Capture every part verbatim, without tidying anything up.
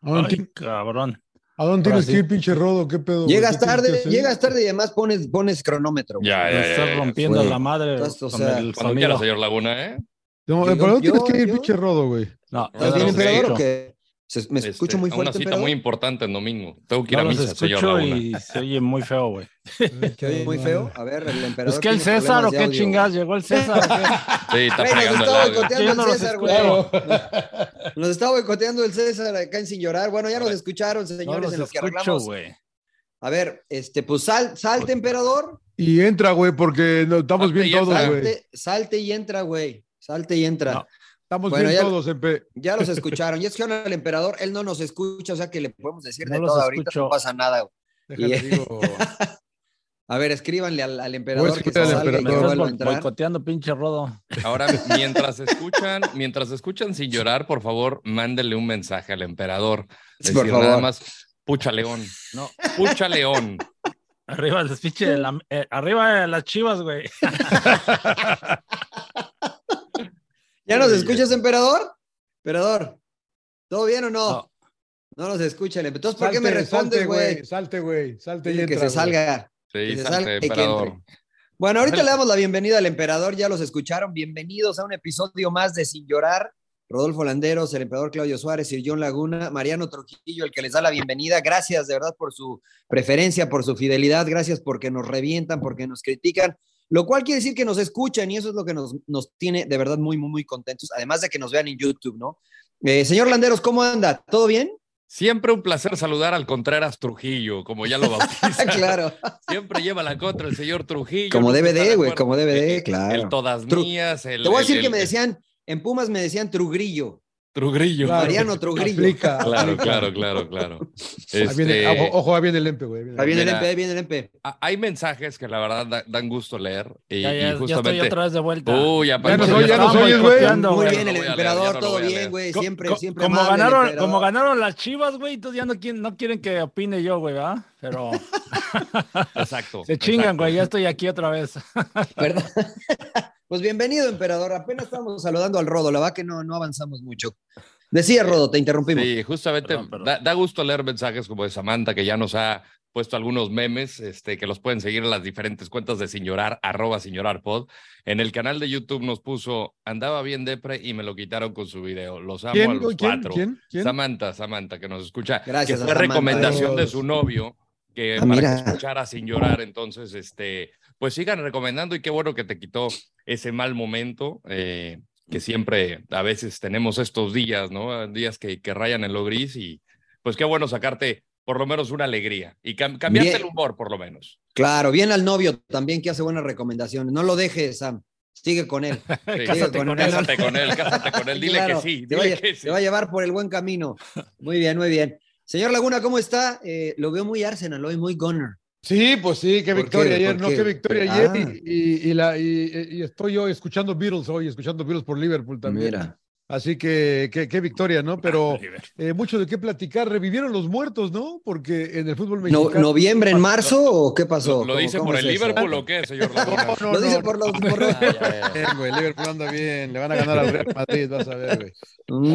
¿A dónde, Ay, cabrón. ¿A dónde Ahora tienes sí. que ir, pinche Rodo? ¿Qué pedo? güey? Llegas ¿Qué tienes que tarde, hacer? llegas tarde y además pones, pones cronómetro, güey. Ya, Me ya, ya, estás ya, rompiendo güey. la madre Entonces, o con sea, el Cuando quiera, sonido. señor Laguna, ¿eh? No, Yo- ¿Para dónde yo- tienes que ir, yo- pinche Rodo, güey? No, No, ¿Estás bien, no, emperador, sí. o qué? ¿Se- ¿Me escucho Este, muy a fuerte, una cita emperador? muy importante en domingo. Tengo que ir no a los misa, señor escucho Laguna. y se oye muy feo, güey. ¿Se oye muy feo? A ver, el emperador ¿Es que el tiene César problemas o de qué audio, chingas? güey. ¿Llegó el César o qué? Sí, está Güey, nos fregando el está audio. boicoteando Yo el no los César, escucho. güey. Nos está boicoteando el César acá en Sin Llorar. Bueno, ya nos Ahora- escucharon, No señores, los en lo que escucho, arreglamos. güey. A ver, este, pues sal, salte, emperador. Y entra, güey, porque no, estamos Salte bien y todos, entra. güey. Salte, salte y entra, güey. Salte y entra. No. Estamos Bueno, bien ya- todos, Empe. Ya los escucharon. Ya escucharon al emperador. Él no nos escucha, o sea que le podemos decir No de los todo ahorita. escucho. No pasa nada, güey. Déjale, Y- digo. A ver, escríbanle al, al emperador que se escribir al salga y que Me emperador. estás vuelva a bo- entrar. boicoteando, pinche Rodo. Ahora, mientras escuchan, mientras escuchan Sin Llorar, por favor, mándenle un mensaje al emperador. Sí, Decir por favor. nada más, pucha león. No, pucha león. Arriba el pinche de la- eh, arriba de las chivas, güey. ¿Ya nos Sí, escuchas, ya. emperador? Emperador, ¿todo bien o no? No. No, nos escucha. el empe- Entonces, ¿por qué Salte, me respondes, salte, güey? Salte, güey. Salte y Dile que entra, se güey. salga. Sí, Que se salte, salga y que emperador. entre. Bueno, ahorita le damos la bienvenida al emperador, ya los escucharon. Bienvenidos a un episodio más de Sin Llorar. Rodolfo Landeros, el emperador Claudio Suárez, Sir John Laguna, Mariano Trujillo, el que les da la bienvenida. Gracias de verdad por su preferencia, por su fidelidad. Gracias porque nos revientan, porque nos critican. Lo cual quiere decir que nos escuchan y eso es lo que nos, nos tiene de verdad muy, muy, muy contentos. Además de que nos vean en YouTube, ¿no? Eh, señor Landeros, ¿cómo anda? ¿Todo bien? Siempre un placer saludar al Contreras Trujillo, como ya lo bautizan. Claro. Siempre lleva la contra el señor Trujillo. Como no D V está D, de güey, acuerdo. como D V D, El- claro. El todas Tru- mías. El, Te voy a decir el- que me el- decían, en Pumas me decían Trugrillo. Trugrillo. Claro. Mariano Trugrillo. Aplica, Claro, aplica. claro, claro, claro. Ahí viene, Este, ojo, ojo, ahí viene el Empe, güey. ahí viene el Ahí viene el Mira. M P, ahí viene el M P. a- hay mensajes que la verdad da- dan gusto leer. Y, Ya, y ya, ya justamente. estoy otra vez de vuelta. Uy, ya, Ya nos ya oye- ya nos estamos oyes, güey. boicoteando, Muy güey. bien, No el lo voy a leer, emperador, ya no lo todo voy a bien, leer. güey. Co- Siempre, co- siempre como amable el ganaron, emperador. como ganaron las chivas, güey, entonces ya no quieren, no quieren que opine yo, güey, ¿verdad? Pero Exacto. se chingan, exacto. güey, ya estoy aquí otra vez. ¿Verdad? Pues bienvenido, emperador. Apenas estamos saludando al Rodo, la verdad que no, no avanzamos mucho. Decía Rodo, te interrumpimos. Sí, justamente Perdón, perdón. Da, da gusto leer mensajes como de Samantha, que ya nos ha puesto algunos memes, este, que los pueden seguir en las diferentes cuentas de Sin Llorar, arroba Sin Llorar Pod. En el canal de YouTube nos puso, andaba bien depre y me lo quitaron con su video. Los amo a ¿Quién, los güey? ¿Quién? cuatro. ¿Quién? ¿Quién? Samantha, Samantha, que nos escucha. Gracias que a fue Samantha. recomendación de Dios. su novio, que Ah, para mira. que escuchara Sin Llorar. Entonces, este, pues sigan recomendando y qué bueno que te quitó ese mal momento. Eh, que siempre a veces tenemos estos días, ¿no? Días que, que rayan en lo gris y pues qué bueno sacarte por lo menos una alegría y cam cambiarte Bien. el humor por lo menos. Claro, bien al novio también que hace buenas recomendaciones. No lo dejes, Sam. Sigue con él. Sí. Cásate con con él. él. Cásate con él, cásate con él, dile Claro, que sí, te va, dile a- que sí. te va a llevar por el buen camino. Muy bien, muy bien. Señor Laguna, ¿cómo está? Eh, lo veo muy Arsenal hoy, muy Gunner. Sí, pues sí, qué ¿Por victoria qué? ayer, ¿Por no, qué? qué victoria Ah. ayer. Y, y, y la, y, y estoy yo escuchando Beatles hoy, escuchando Beatles por Liverpool también. Mira. Así que qué, qué victoria, ¿no? Pero eh, mucho de qué platicar. Revivieron los muertos, ¿no? Porque en el fútbol No- mexicano. ¿Noviembre en marzo o qué pasó? ¿Lo, lo ¿Cómo- dice cómo por es el eso? Liverpool o qué, señor Laguna? No, no, Lo dice no. por los. por los- Ah, ya, ya, ya. Bien, güey, Liverpool anda bien. Le van a ganar al Real Madrid, vas a ver, güey.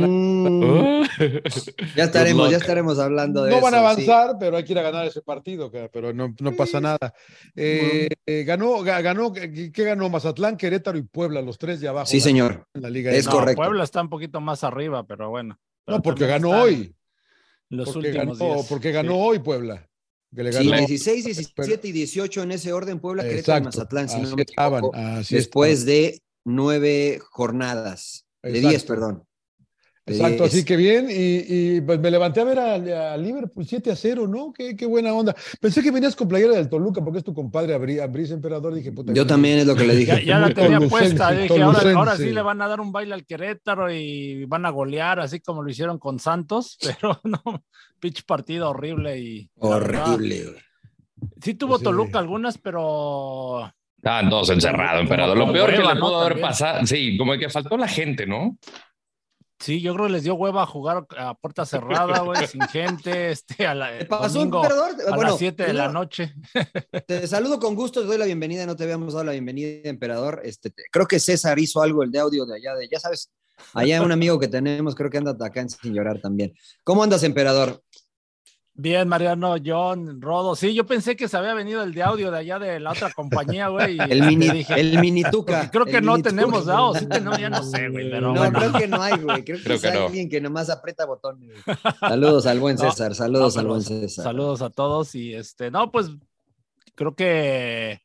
Mm, ya estaremos, Good ya luck. estaremos hablando de No eso. van a sí. avanzar, pero hay que ir a ganar ese partido, cara, pero no, no pasa nada. Eh, eh, ganó, ga- ganó, ¿qué qué ganó? Mazatlán, Querétaro y Puebla, los tres de abajo. Sí, señor. En la Liga Es No, M X. correcto. Puebla está un poquito más arriba, pero bueno. Pero No, porque también ganó están hoy. Los Porque últimos ganó, días. porque ganó Sí. hoy Puebla. Que le Sí, ganó. dieciséis, diecisiete y dieciocho en ese orden, Puebla, Querétaro y Exacto, Mazatlán, si no así me estaban, equivoco, así después estaban. de nueve jornadas, de Exacto. diez, perdón. De Exacto, diez. así que bien, y, y, pues me levanté a ver a, a Liverpool siete a cero, ¿no? Qué, qué buena onda. Pensé que venías con playera del Toluca, porque es tu compadre Abri- Abriz Emperador, dije, puta. Yo también es lo que le dije. Ya, ya la Muy tenía tolucense, puesta, dije, ahora, ahora sí tolucense. le van a dar un baile al Querétaro y van a golear, así como lo hicieron con Santos, pero no, pitch partido horrible y la verdad, Horrible, güey. sí tuvo Pues sí. Toluca algunas, pero Estaban todos encerrados, Como- emperador. Lo como peor que hueva, le ¿no? pudo haber También. pasado, sí, como que faltó la gente, ¿no? sí, yo creo que les dio hueva a jugar a puerta cerrada, güey, sin gente, este, a la, ¿Te pasó, domingo emperador? a Bueno, las siete de la primero, noche. te saludo con gusto, te doy la bienvenida, no te habíamos dado la bienvenida, emperador. Este, te- creo que César hizo algo, el de audio de allá, de, ya sabes, Allá un amigo que tenemos, creo que anda acá en Sin Llorar también. ¿Cómo andas, emperador? Bien, Mariano, John, Rodo. Sí, yo pensé que se había venido el de audio de allá de la otra compañía, güey. Y El este, mini, dije, el mini tuca. porque creo que el no mini tenemos, tuca. ¿no? O sí tenemos, ya no sé, güey, pero No, bueno. creo que no hay, güey. Creo que Creo es que no. alguien que nomás aprieta botones. Saludos al buen No, César, no, saludos al pero buen sa- César. saludos a todos y este, no, pues creo que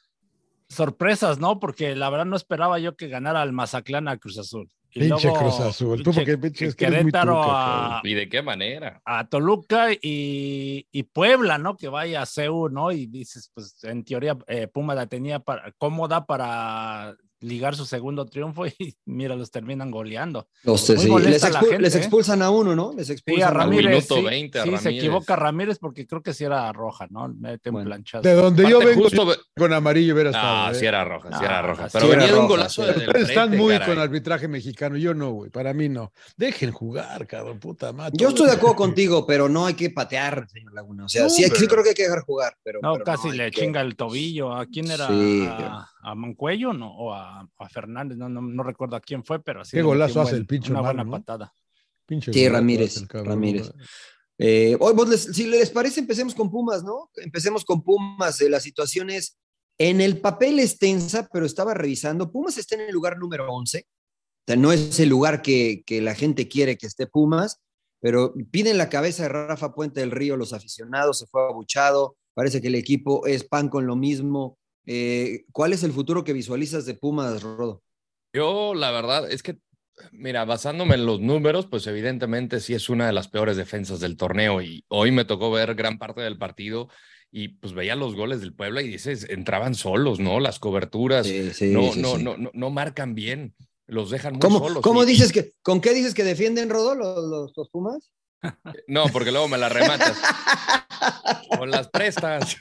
sorpresas, ¿no? Porque la verdad no esperaba yo que ganara el Mazatlán a Cruz Azul. Y Pinche Cruz luego Azul. Tú pinche porque pinche es que eres muy Querétaro tuca, cabrón. a, ¿Y de qué manera? a Toluca y, y Puebla, ¿no? Que vaya a C U, ¿no? Y dices, pues en teoría eh, Puma la tenía para, cómoda para ligar su segundo triunfo y mira, los terminan goleando. Los, Muy sí. molesta les, la expu- gente, les ¿eh? expulsan a uno, ¿no? Les Sí, a expulsan Al Ramírez, minuto sí, veinte, a sí, se Ramírez. equivoca Ramírez porque creo que sí era roja, ¿no? Mete un Bueno. planchazo. De donde yo Aparte, vengo, justo... yo con amarillo hubiera estado. Ah, ¿eh? sí era roja, sí era No, roja. no, Pero sí era venía de un roja, golazo sí de era del Ustedes están Prete, muy caray. con arbitraje mexicano, yo no, güey. Para mí no. Dejen jugar, cabrón, puta madre. Yo estoy de acuerdo contigo, pero no hay que patear, señor Laguna. O sea, No, sí, pero- sí creo que hay que dejar jugar, pero No, pero casi hay le que- chinga el tobillo. ¿A quién era? Sí. ¿A, a Mancuello no? ¿O a, a Fernández? No, no, no recuerdo a quién fue, pero sí Qué le metió golazo un hace buen- el pinche una Omar, buena ¿no? patada. Pinche Sí, golazo Ramírez, hace el cabrón. Ramírez. Eh, hoy, vos les- si les parece, empecemos con Pumas, ¿no? Empecemos con Pumas. Eh, la situación es, en el papel es tensa, pero estaba revisando. Pumas está en el lugar número once. O sea, no es el lugar que, que la gente quiere que esté Pumas, pero piden la cabeza de Rafa Puente del Río, los aficionados, se fue abuchado. Parece que el equipo es pan con lo mismo. Eh, ¿Cuál es el futuro que visualizas de Pumas, Rodo? Yo, la verdad, es que, mira, basándome en los números, pues evidentemente sí es una de las peores defensas del torneo y hoy me tocó ver gran parte del partido y pues veía los goles del Puebla y dices, entraban solos, ¿no? Las coberturas Sí, sí, no, sí, no, sí. no, no, no marcan bien, los dejan muy ¿Cómo, solos. cómo y- dices que, ¿Con qué dices que defienden, Rodo, los, los, los Pumas? No, porque luego me la rematas. O las prestas.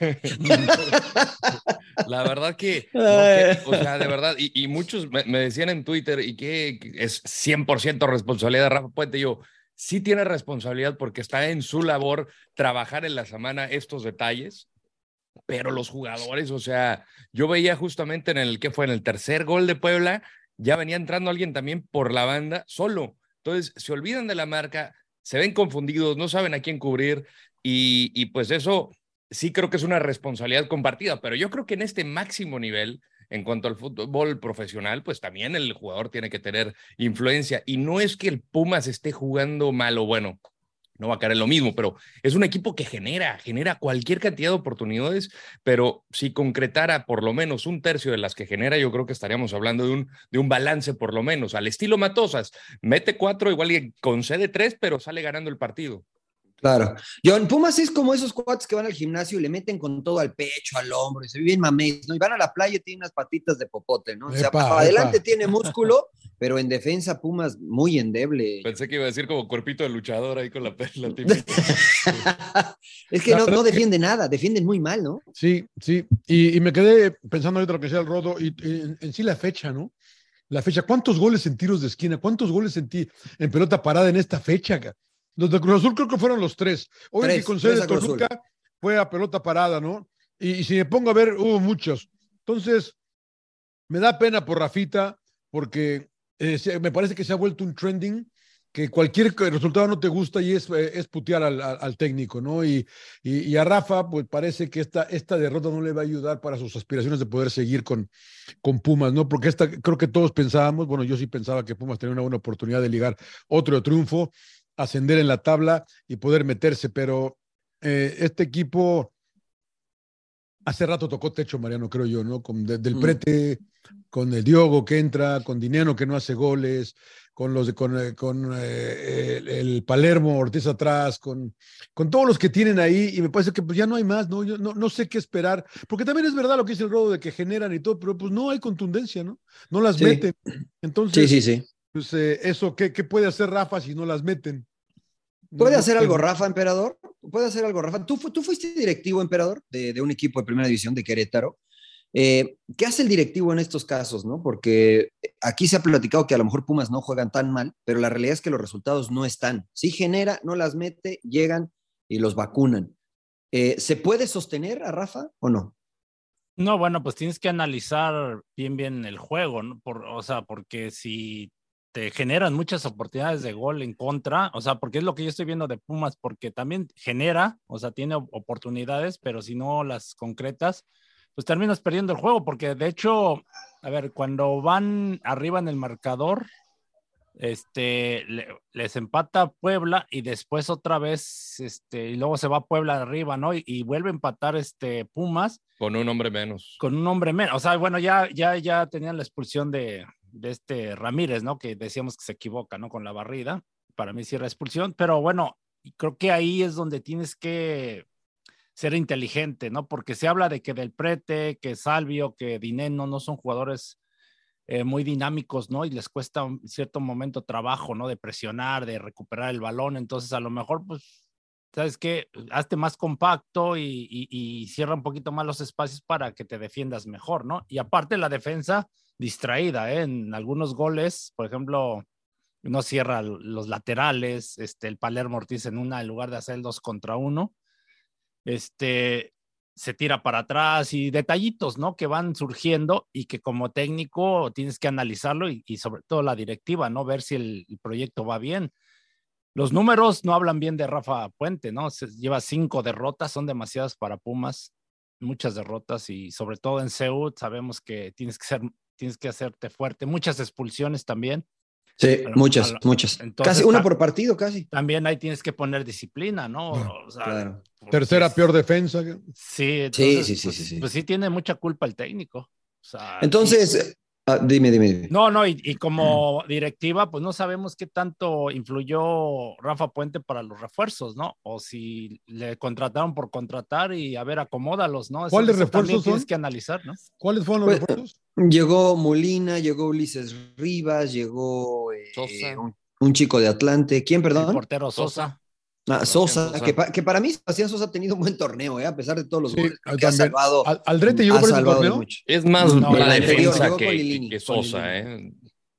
La verdad que, no, que o sea, de verdad, y, y muchos me, me decían en Twitter, y que es cien por ciento responsabilidad de Rafa Puente. Yo, sí tiene responsabilidad porque está en su labor trabajar en la semana estos detalles, pero los jugadores, o sea, yo veía justamente en el, ¿qué fue? En el tercer gol de Puebla, ya venía entrando alguien también por la banda solo. Entonces, se olvidan de la marca, se ven confundidos, no saben a quién cubrir, y, y pues eso sí creo que es una responsabilidad compartida, pero yo creo que en este máximo nivel, en cuanto al fútbol profesional, pues también el jugador tiene que tener influencia, y no es que el Pumas esté jugando mal o bueno, no va a caer en lo mismo, pero es un equipo que genera, genera cualquier cantidad de oportunidades, pero si concretara por lo menos un tercio de las que genera, yo creo que estaríamos hablando de un, de un balance por lo menos, al estilo Matosas, mete cuatro, igual y concede tres, pero sale ganando el partido. Claro. Yo, en Pumas es como esos cuates que van al gimnasio y le meten con todo al pecho, al hombro, y se viven mamés, ¿no? Y van a la playa y tienen unas patitas de popote, ¿no? O sea, Epa, para adelante epa. tiene músculo, pero en defensa Pumas muy endeble. Pensé que iba a decir como cuerpito de luchador ahí con la, la típica. Es que no, no defiende nada, defienden muy mal, ¿no? Sí, sí. Y, y me quedé pensando ahorita lo que sea el Rodo, y, y en, en sí la fecha, ¿no? La fecha, ¿cuántos goles en tiros de esquina? ¿Cuántos goles en, ti, en pelota parada en esta fecha? Ca? Los de Cruz Azul creo que fueron los tres. Hoy Tres, el que concede tres a Cruz Toluca Azul. fue a pelota parada, ¿no? Y, y si me pongo a ver, hubo muchos. Entonces, me da pena por Rafita, porque eh, se- me parece que se ha vuelto un trending, que cualquier resultado no te gusta y es, eh, es putear al, al, al técnico, ¿no? Y, y, y a Rafa, pues parece que esta, esta derrota no le va a ayudar para sus aspiraciones de poder seguir con, con Pumas, ¿no? Porque esta, creo que todos pensábamos, bueno, yo sí pensaba que Pumas tenía una buena oportunidad de ligar otro triunfo, ascender en la tabla y poder meterse, pero eh, este equipo hace rato tocó techo, Mariano, creo yo, ¿no? Con de, del Mm. Prete, con el Diogo que entra, con Dinero que no hace goles, con los de, con, eh, con eh, el, el Palermo Ortiz atrás, con, con todos los que tienen ahí, y me parece que pues ya no hay más, ¿no? Yo no, no sé qué esperar, porque también es verdad lo que dice el Rodo de que generan y todo, pero pues no hay contundencia, ¿no? No las Sí. meten. Entonces, Sí, sí, sí. pues eh, eso, ¿qué, ¿qué puede hacer Rafa si no las meten? ¿Puede No hacer sé, algo ¿no? Rafa, emperador? ¿Puede hacer algo Rafa? ¿Tú, fu- tú fuiste directivo, emperador, de, de un equipo de primera división de Querétaro? Eh, ¿Qué hace el directivo en estos casos, no? Porque aquí se ha platicado que a lo mejor Pumas no juegan tan mal, pero la realidad es que los resultados no están. Sí genera, no las mete, llegan y los vacunan. Eh, ¿Se puede sostener a Rafa o no? No, bueno, pues tienes que analizar bien, bien el juego, ¿no? Por, o sea, porque si te generan muchas oportunidades de gol en contra, o sea, porque es lo que yo estoy viendo de Pumas, porque también genera, o sea, tiene oportunidades, pero si no las concretas, pues terminas perdiendo el juego, porque de hecho, a ver, cuando van arriba en el marcador, este, le, les empata Puebla y después otra vez, este, y luego se va Puebla arriba, ¿no? Y, y vuelve a empatar este Pumas. Con un hombre menos. Con un hombre menos, o sea, bueno, ya, ya, ya tenían la expulsión de, de este Ramírez, ¿no? Que decíamos que se equivoca, ¿no? Con la barrida, para mí sí era expulsión, pero bueno, creo que ahí es donde tienes que ser inteligente, ¿no? Porque se habla de que Del Prete, que Salvio, que Dineno no son jugadores eh, muy dinámicos, ¿no? Y les cuesta un cierto momento trabajo, ¿no? De presionar, de recuperar el balón. Entonces, a lo mejor, pues, ¿sabes qué? Hazte más compacto y, y, y cierra un poquito más los espacios para que te defiendas mejor, ¿no? Y aparte, la defensa distraída, ¿eh? En algunos goles, por ejemplo, no cierra los laterales, este, el Palermo Ortiz en una, en lugar de hacer el dos contra uno, este, se tira para atrás y detallitos, ¿no? Que van surgiendo y que como técnico tienes que analizarlo y, y sobre todo la directiva, ¿no? Ver si el, el proyecto va bien. Los números no hablan bien de Rafa Puente, ¿no? Se lleva cinco derrotas, son demasiadas para Pumas, muchas derrotas y sobre todo en C U sabemos que tienes que ser, tienes que hacerte fuerte, muchas expulsiones también. Sí, Pero, muchas, a, muchas. Entonces, casi una por partido, casi. También ahí tienes que poner disciplina, ¿no? Claro, o sea, claro. Tercera es, peor defensa. Sí, entonces, sí, sí, pues, sí, sí. pues sí tiene mucha culpa el técnico. O sea, entonces, y, ah, dime, dime, dime. No, no, y, y como directiva, pues no sabemos qué tanto influyó Rafa Puente para los refuerzos, ¿no? O si le contrataron por contratar y a ver, acomódalos, ¿no? Eso, ¿Cuáles eso refuerzos también son? tienes que analizar, ¿no? ¿Cuáles fueron los pues, refuerzos? Llegó Molina, llegó Ulises Rivas, llegó eh, Sosa. Un, un chico de Atlante. ¿Quién, perdón? El portero Sosa. Ah, Sosa, Sosa. Que, pa, que para mí Sebastián Sosa ha tenido un buen torneo, ¿eh? A pesar de todos los sí, goles que también. ha salvado. ¿Al, ¿Aldrete llegó ha por ese salvado torneo? De mucho. Es más no, la defensa que, Lilini, que Sosa, ¿eh?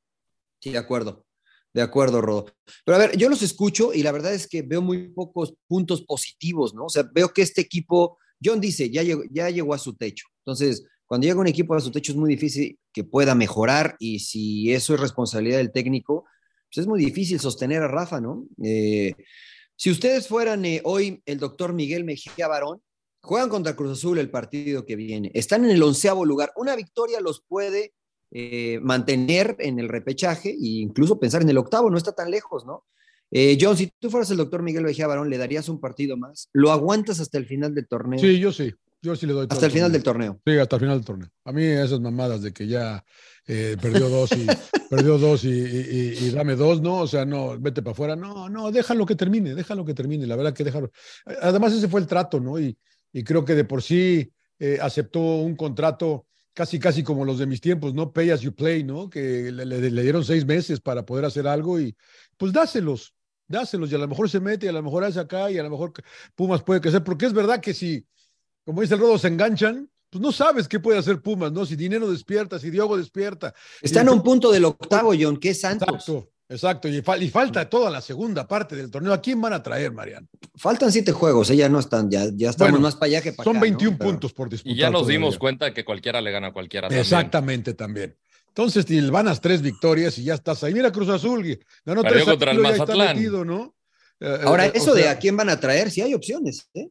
Sí, de acuerdo. De acuerdo, Rodo. Pero a ver, yo los escucho y la verdad es que veo muy pocos puntos positivos, ¿no? O sea, veo que este equipo, John dice, ya llegó, ya llegó a su techo. Entonces, cuando llega un equipo a su techo es muy difícil que pueda mejorar y si eso es responsabilidad del técnico, pues es muy difícil sostener a Rafa, ¿no? Eh, si ustedes fueran eh, hoy el doctor Miguel Mejía Barón, juegan contra Cruz Azul el partido que viene, están en el onceavo lugar, una victoria los puede eh, mantener en el repechaje e incluso pensar en el octavo, no está tan lejos, ¿no? Eh, John, si tú fueras el doctor Miguel Mejía Barón, ¿le darías un partido más? ¿Lo aguantas hasta el final del torneo? Sí, yo sí. Yo sí le doy todo hasta el, el final torneo. del torneo. Sí, hasta el final del torneo. A mí esas mamadas de que ya eh, perdió dos y perdió dos y, y, y, y dame dos, ¿no? O sea, no, vete para afuera. No, no, déjalo que termine, déjalo que termine. La verdad que déjalo. Además, ese fue el trato, ¿no? Y, y creo que de por sí eh, aceptó un contrato casi, casi como los de mis tiempos, ¿no? Pay as you play, ¿no? Que le, le, le dieron seis meses para poder hacer algo y pues dáselos, dáselos. Y a lo mejor se mete, y a lo mejor hace acá y a lo mejor Pumas puede crecer, porque es verdad que si como dice el Rodo, se enganchan, pues no sabes qué puede hacer Pumas, ¿no? Si Dinero despierta, si Diogo despierta. Están a un punto del octavo, John, que es Santos. Exacto, exacto. Y, fa y, falta toda la segunda parte del torneo. ¿A quién van a traer, Mariano? Faltan siete juegos, ¿eh? ya no están, ya, ya estamos bueno, más para allá que para son acá. Son veintiún ¿no? puntos por disputar. Y ya nos todavía. dimos cuenta de que cualquiera le gana a cualquiera también. Exactamente, también. Entonces, ganas tres victorias y ya estás ahí. Mira Cruz Azul, ganó Perdió tres contra el Mazatlán. Metido, ¿no? Ahora, eh, eso sea, de a quién van a traer, sí hay opciones, ¿eh?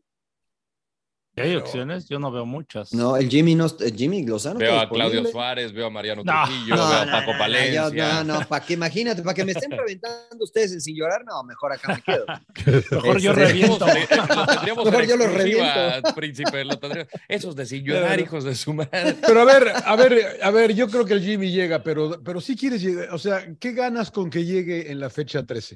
¿Hay pero... opciones? Yo no veo muchas. No, el Jimmy, no, el Jimmy Lozano. Veo a Claudio Suárez, veo a Mariano no, Trujillo, no, veo a no, Paco no, Palencia. No, no, no para que imagínate, para que me estén reventando ustedes sin llorar, no, mejor acá me quedo. Mejor yo reviento. Lo tendríamos mejor yo los reviento. Príncipe, lo tendríamos. Esos de sin llorar, pero, hijos de su madre. Pero a ver, a ver, a ver, yo creo que el Jimmy llega, pero, pero sí quieres llegar, o sea, ¿qué ganas con que llegue en la fecha trece?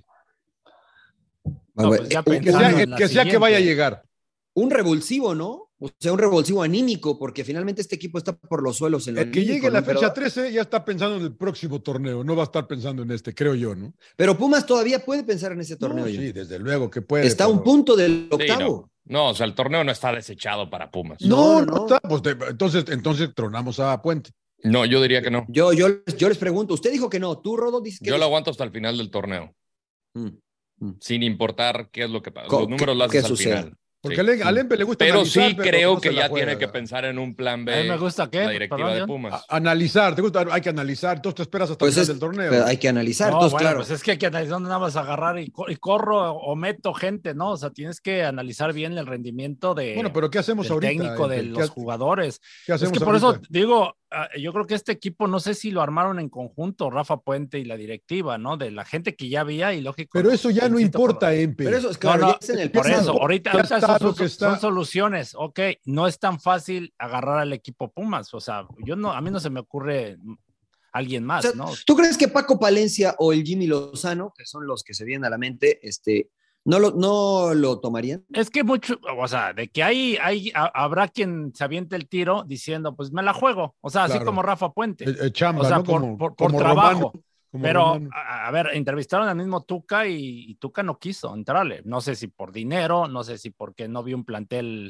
No, pues ya que sea, que, sea que vaya a llegar. Un revulsivo, ¿no? O sea, un revulsivo anímico, porque finalmente este equipo está por los suelos. En lo el que anímico, llegue en la ¿no? fecha pero, trece ya está pensando en el próximo torneo, no va a estar pensando en este, creo yo, ¿no? Pero Pumas todavía puede pensar en ese torneo. No, sí, desde luego que puede. Está a pero... un punto del octavo. Sí, no. no, o sea, el torneo no está desechado para Pumas. No, no, no, no está. Pues de, entonces, entonces tronamos a Puente. No, yo diría que no. Yo, yo, yo les pregunto, usted dijo que no, tú, Rodo, dices que... Yo lo aguanto hasta el final del torneo. Mm, mm. Sin importar qué es lo que pasa. Los números lo haces al suceda? final. Porque Sí. al, al Empe le gusta Pero analizar, sí pero creo no se que la ya juega. tiene que pensar en un plan B. A mí me gusta, ¿qué? La directiva Perdón, de John. Pumas. A- analizar, te gusta, hay que analizar, entonces te esperas hasta Pues el es, final del torneo. pero hay que analizar, No, entonces, bueno, claro. pues es que hay que analizar nada más agarrar y, co- y corro o meto gente, ¿no? O sea, tienes que analizar bien el rendimiento de, Bueno, pero ¿qué hacemos del ahorita? técnico, de Empe? los ¿Qué, jugadores. qué Es hacemos que por ahorita? eso digo, ah, yo creo que este equipo, no sé si lo armaron en conjunto, Rafa Puente y la directiva, ¿no? De la gente que ya había y lógico. Pero los- eso ya no insisto, por- importa, Empe. Pero eso es No, claro, no, ya es en el por pasado. eso, ahorita, Ya ahorita está son, lo que son- está. son soluciones, ok, no es tan fácil agarrar al equipo Pumas, o sea, yo no, a mí no se me ocurre alguien O más, sea, ¿no? ¿tú crees que Paco Palencia o el Jimmy Lozano, que son los que se vienen a la mente, este, no lo, no lo tomarían? Es que mucho, o sea, de que hay, hay, ha- habrá quien se aviente el tiro diciendo, pues me la juego, o sea, así Claro. como Rafa Puente, Eh, eh, chamba, o sea, ¿no? por, Como, por, por como trabajo. Romano, como Pero, Romano. a, a ver, entrevistaron al mismo Tuca y, y Tuca no quiso entrarle. No sé si por dinero, no sé si porque no vio un plantel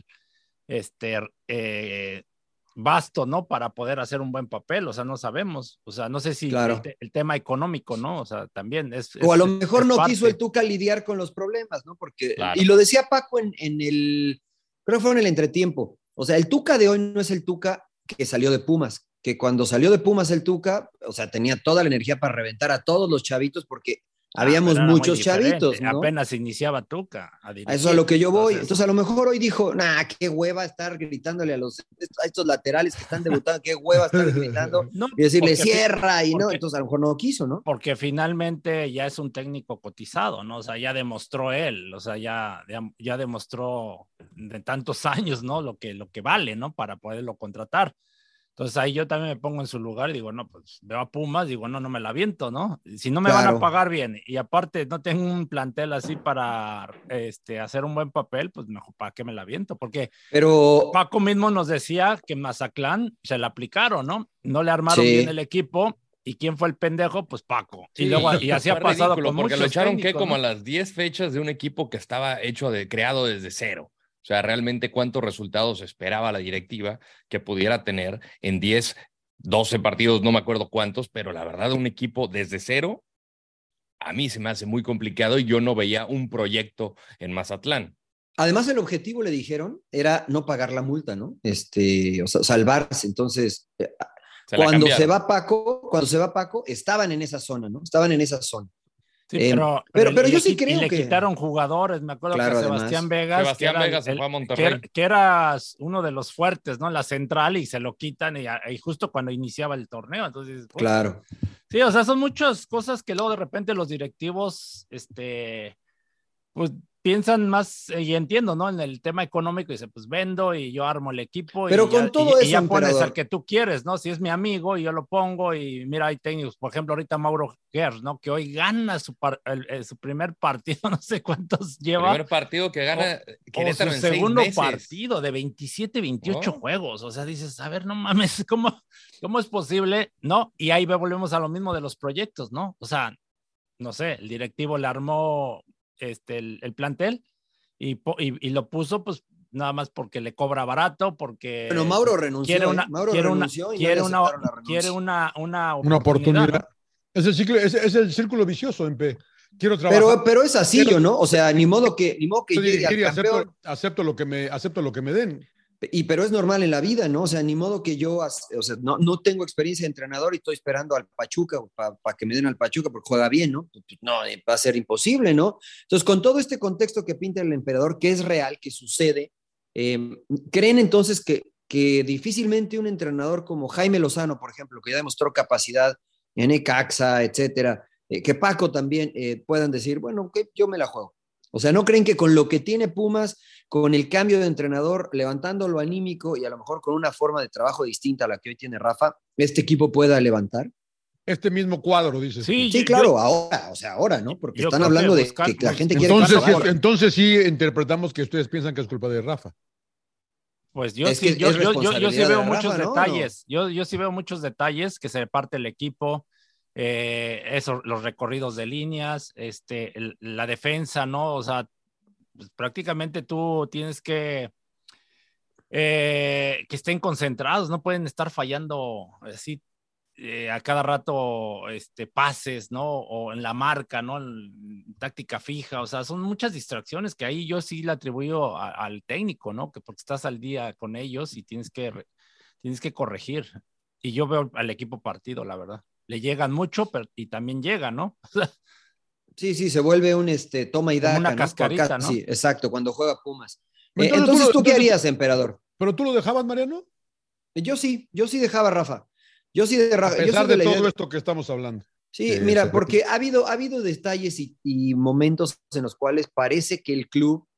este, eh, vasto, ¿no? Para poder hacer un buen papel, o sea, no sabemos. O sea, no sé si Claro. el, te- el tema económico, ¿no? O sea, también es. O a es- lo mejor es no parte. quiso el Tuca lidiar con los problemas, ¿no? Porque, Claro. y lo decía Paco en, en el, creo que fue en el entretiempo. O sea, el Tuca de hoy no es el Tuca que salió de Pumas, que cuando salió de Pumas el Tuca, o sea, tenía toda la energía para reventar a todos los chavitos porque Ah, habíamos pero era muy muchos diferente. chavitos, ¿no? Apenas iniciaba Tuca a dirigir. A eso es a lo que yo voy. Entonces, Entonces, a lo mejor hoy dijo, nah, qué hueva estar gritándole a, los, a estos laterales que están debutando, qué hueva estar gritando no, y decirle porque fi- cierra y no. porque- Entonces, a lo mejor no quiso, ¿no? porque finalmente ya es un técnico cotizado, ¿no? O sea, ya demostró él, o sea, ya, ya, ya demostró de tantos años, ¿no? Lo que, lo que vale, ¿no? Para poderlo contratar. Entonces ahí yo también me pongo en su lugar y digo, no, pues veo a Pumas, digo, no, no me la aviento, ¿no? Si no me van Claro. a pagar bien y aparte no tengo un plantel así para este, hacer un buen papel, pues mejor, ¿para qué me la aviento? Porque Pero Paco mismo nos decía que en Mazatlán se la aplicaron, ¿no? No le armaron Sí. bien el equipo. ¿Y quién fue el pendejo? Pues Paco. Sí, y luego y así ha fue pasado ridículo, con porque muchos lo echaron que técnicos, como ¿no? a las diez fechas de un equipo que estaba hecho de creado desde cero. O sea, realmente cuántos resultados esperaba la directiva que pudiera tener en diez, doce partidos, no me acuerdo cuántos, pero la verdad un equipo desde cero a mí se me hace muy complicado y yo no veía un proyecto en Mazatlán. además el objetivo, le dijeron, era no pagar la multa, ¿no? Este, o sea, salvarse. Entonces, eh, Se la cuando se cambiaron. va Paco, cuando se va Paco, estaban en esa zona, ¿no? Estaban en esa zona. Sí, Eh, pero, pero- pero y yo le sí qui- creo y le que- quitaron jugadores. Me acuerdo Claro, que además. Sebastián Vegas, Sebastián que era, Vegas se el- fue a que, Monterrey. era, que era uno de los fuertes, ¿no? La central y se lo quitan y, y justo cuando iniciaba el torneo. Entonces, puta. Claro. Sí, o sea, son muchas cosas que luego de repente los directivos, este, pues piensan más, eh, y entiendo, ¿no? En el tema económico, dice, pues vendo y yo armo el equipo. Pero y con ya, todo y, y eso, ya pones emperador. al que tú quieres, ¿no? Si es mi amigo y yo lo pongo y mira, hay técnicos, por ejemplo, ahorita Mauro Gers, ¿no? Que hoy gana su, par, el, el, su primer partido, no sé cuántos lleva. Primer partido que gana O Querétaro su en seis segundo meses. partido de veintisiete, veintiocho Oh. juegos. O sea, dices, a ver, no mames, ¿cómo, ¿cómo es posible? ¿No? Y ahí volvemos a lo mismo de los proyectos, ¿no? O sea, no sé, el directivo le armó este, el, el plantel y, y, y lo puso, pues, nada más porque le cobra barato, porque Bueno, Mauro renunció, quiere una, ¿eh? Mauro quiere una, renunció y quiere no le una, aceptaron la renuncia. quiere una, una oportunidad. Una oportunidad. ¿no? Es, el ciclo, es, es el círculo vicioso, Empe. Quiero trabajar. Pero, pero es así, Quiero- ¿no? O sea, ni modo que, ni modo que Soy llegue al dirigir y campeón. acepto, acepto, lo que me, acepto lo que me den. Y pero es normal en la vida, ¿no? O sea, ni modo que yo, o sea, no, no tengo experiencia de entrenador y estoy esperando al Pachuca para pa que me den al Pachuca porque juega bien, ¿no? Pues, no, va a ser imposible, ¿no? Entonces, con todo este contexto que pinta el emperador, que es real, que sucede, eh, ¿creen entonces que, que difícilmente un entrenador como Jaime Lozano, por ejemplo, que ya demostró capacidad en Necaxa, etcétera, eh, que Paco también eh, puedan decir, bueno, que yo me la juego? O sea, ¿no creen que con lo que tiene Pumas, con el cambio de entrenador, levantando lo anímico y a lo mejor con una forma de trabajo distinta a la que hoy tiene Rafa, este equipo pueda levantar? Este mismo cuadro, dices. Sí, Sí, yo- claro, yo- ahora, o sea, ahora, ¿no? Porque yo están creo hablando que de buscar- que la gente tú. quiere Entonces, cambio sí, ahora. entonces sí interpretamos que ustedes piensan que es culpa de Rafa. Pues yo Es sí, que yo, es yo, yo, yo sí responsabilidad veo de Rafa, muchos ¿no? detalles. Yo, yo sí veo muchos detalles que se parte el equipo, eh, eso, los recorridos de líneas, este, el- la defensa, ¿no? O sea, pues, prácticamente tú tienes que eh, que estén concentrados, no pueden estar fallando así eh, a cada rato este, pases, ¿no? O en la marca, ¿no? En táctica fija, o sea, son muchas distracciones que ahí yo sí le atribuyo a, al técnico, ¿no? Que porque estás al día con ellos y tienes que, tienes que corregir. Y yo veo al equipo partido, la verdad. Le llegan mucho, pero y también llega, ¿no? Sí, sí, se vuelve un este, toma y daca, una ¿no? cascarita, ¿no? Sí, exacto, cuando juega Pumas. Eh, Entonces, entonces, tú ¿tú, lo- qué entonces- harías, emperador? ¿Pero tú lo dejabas, Mariano? Yo sí, yo sí dejaba a Rafa. Yo sí de A Rafa. Yo pesar soy de la idea todo de- esto que estamos hablando. Sí, que se mira, repite. porque ha habido, ha habido detalles y, y momentos en los cuales parece que el club,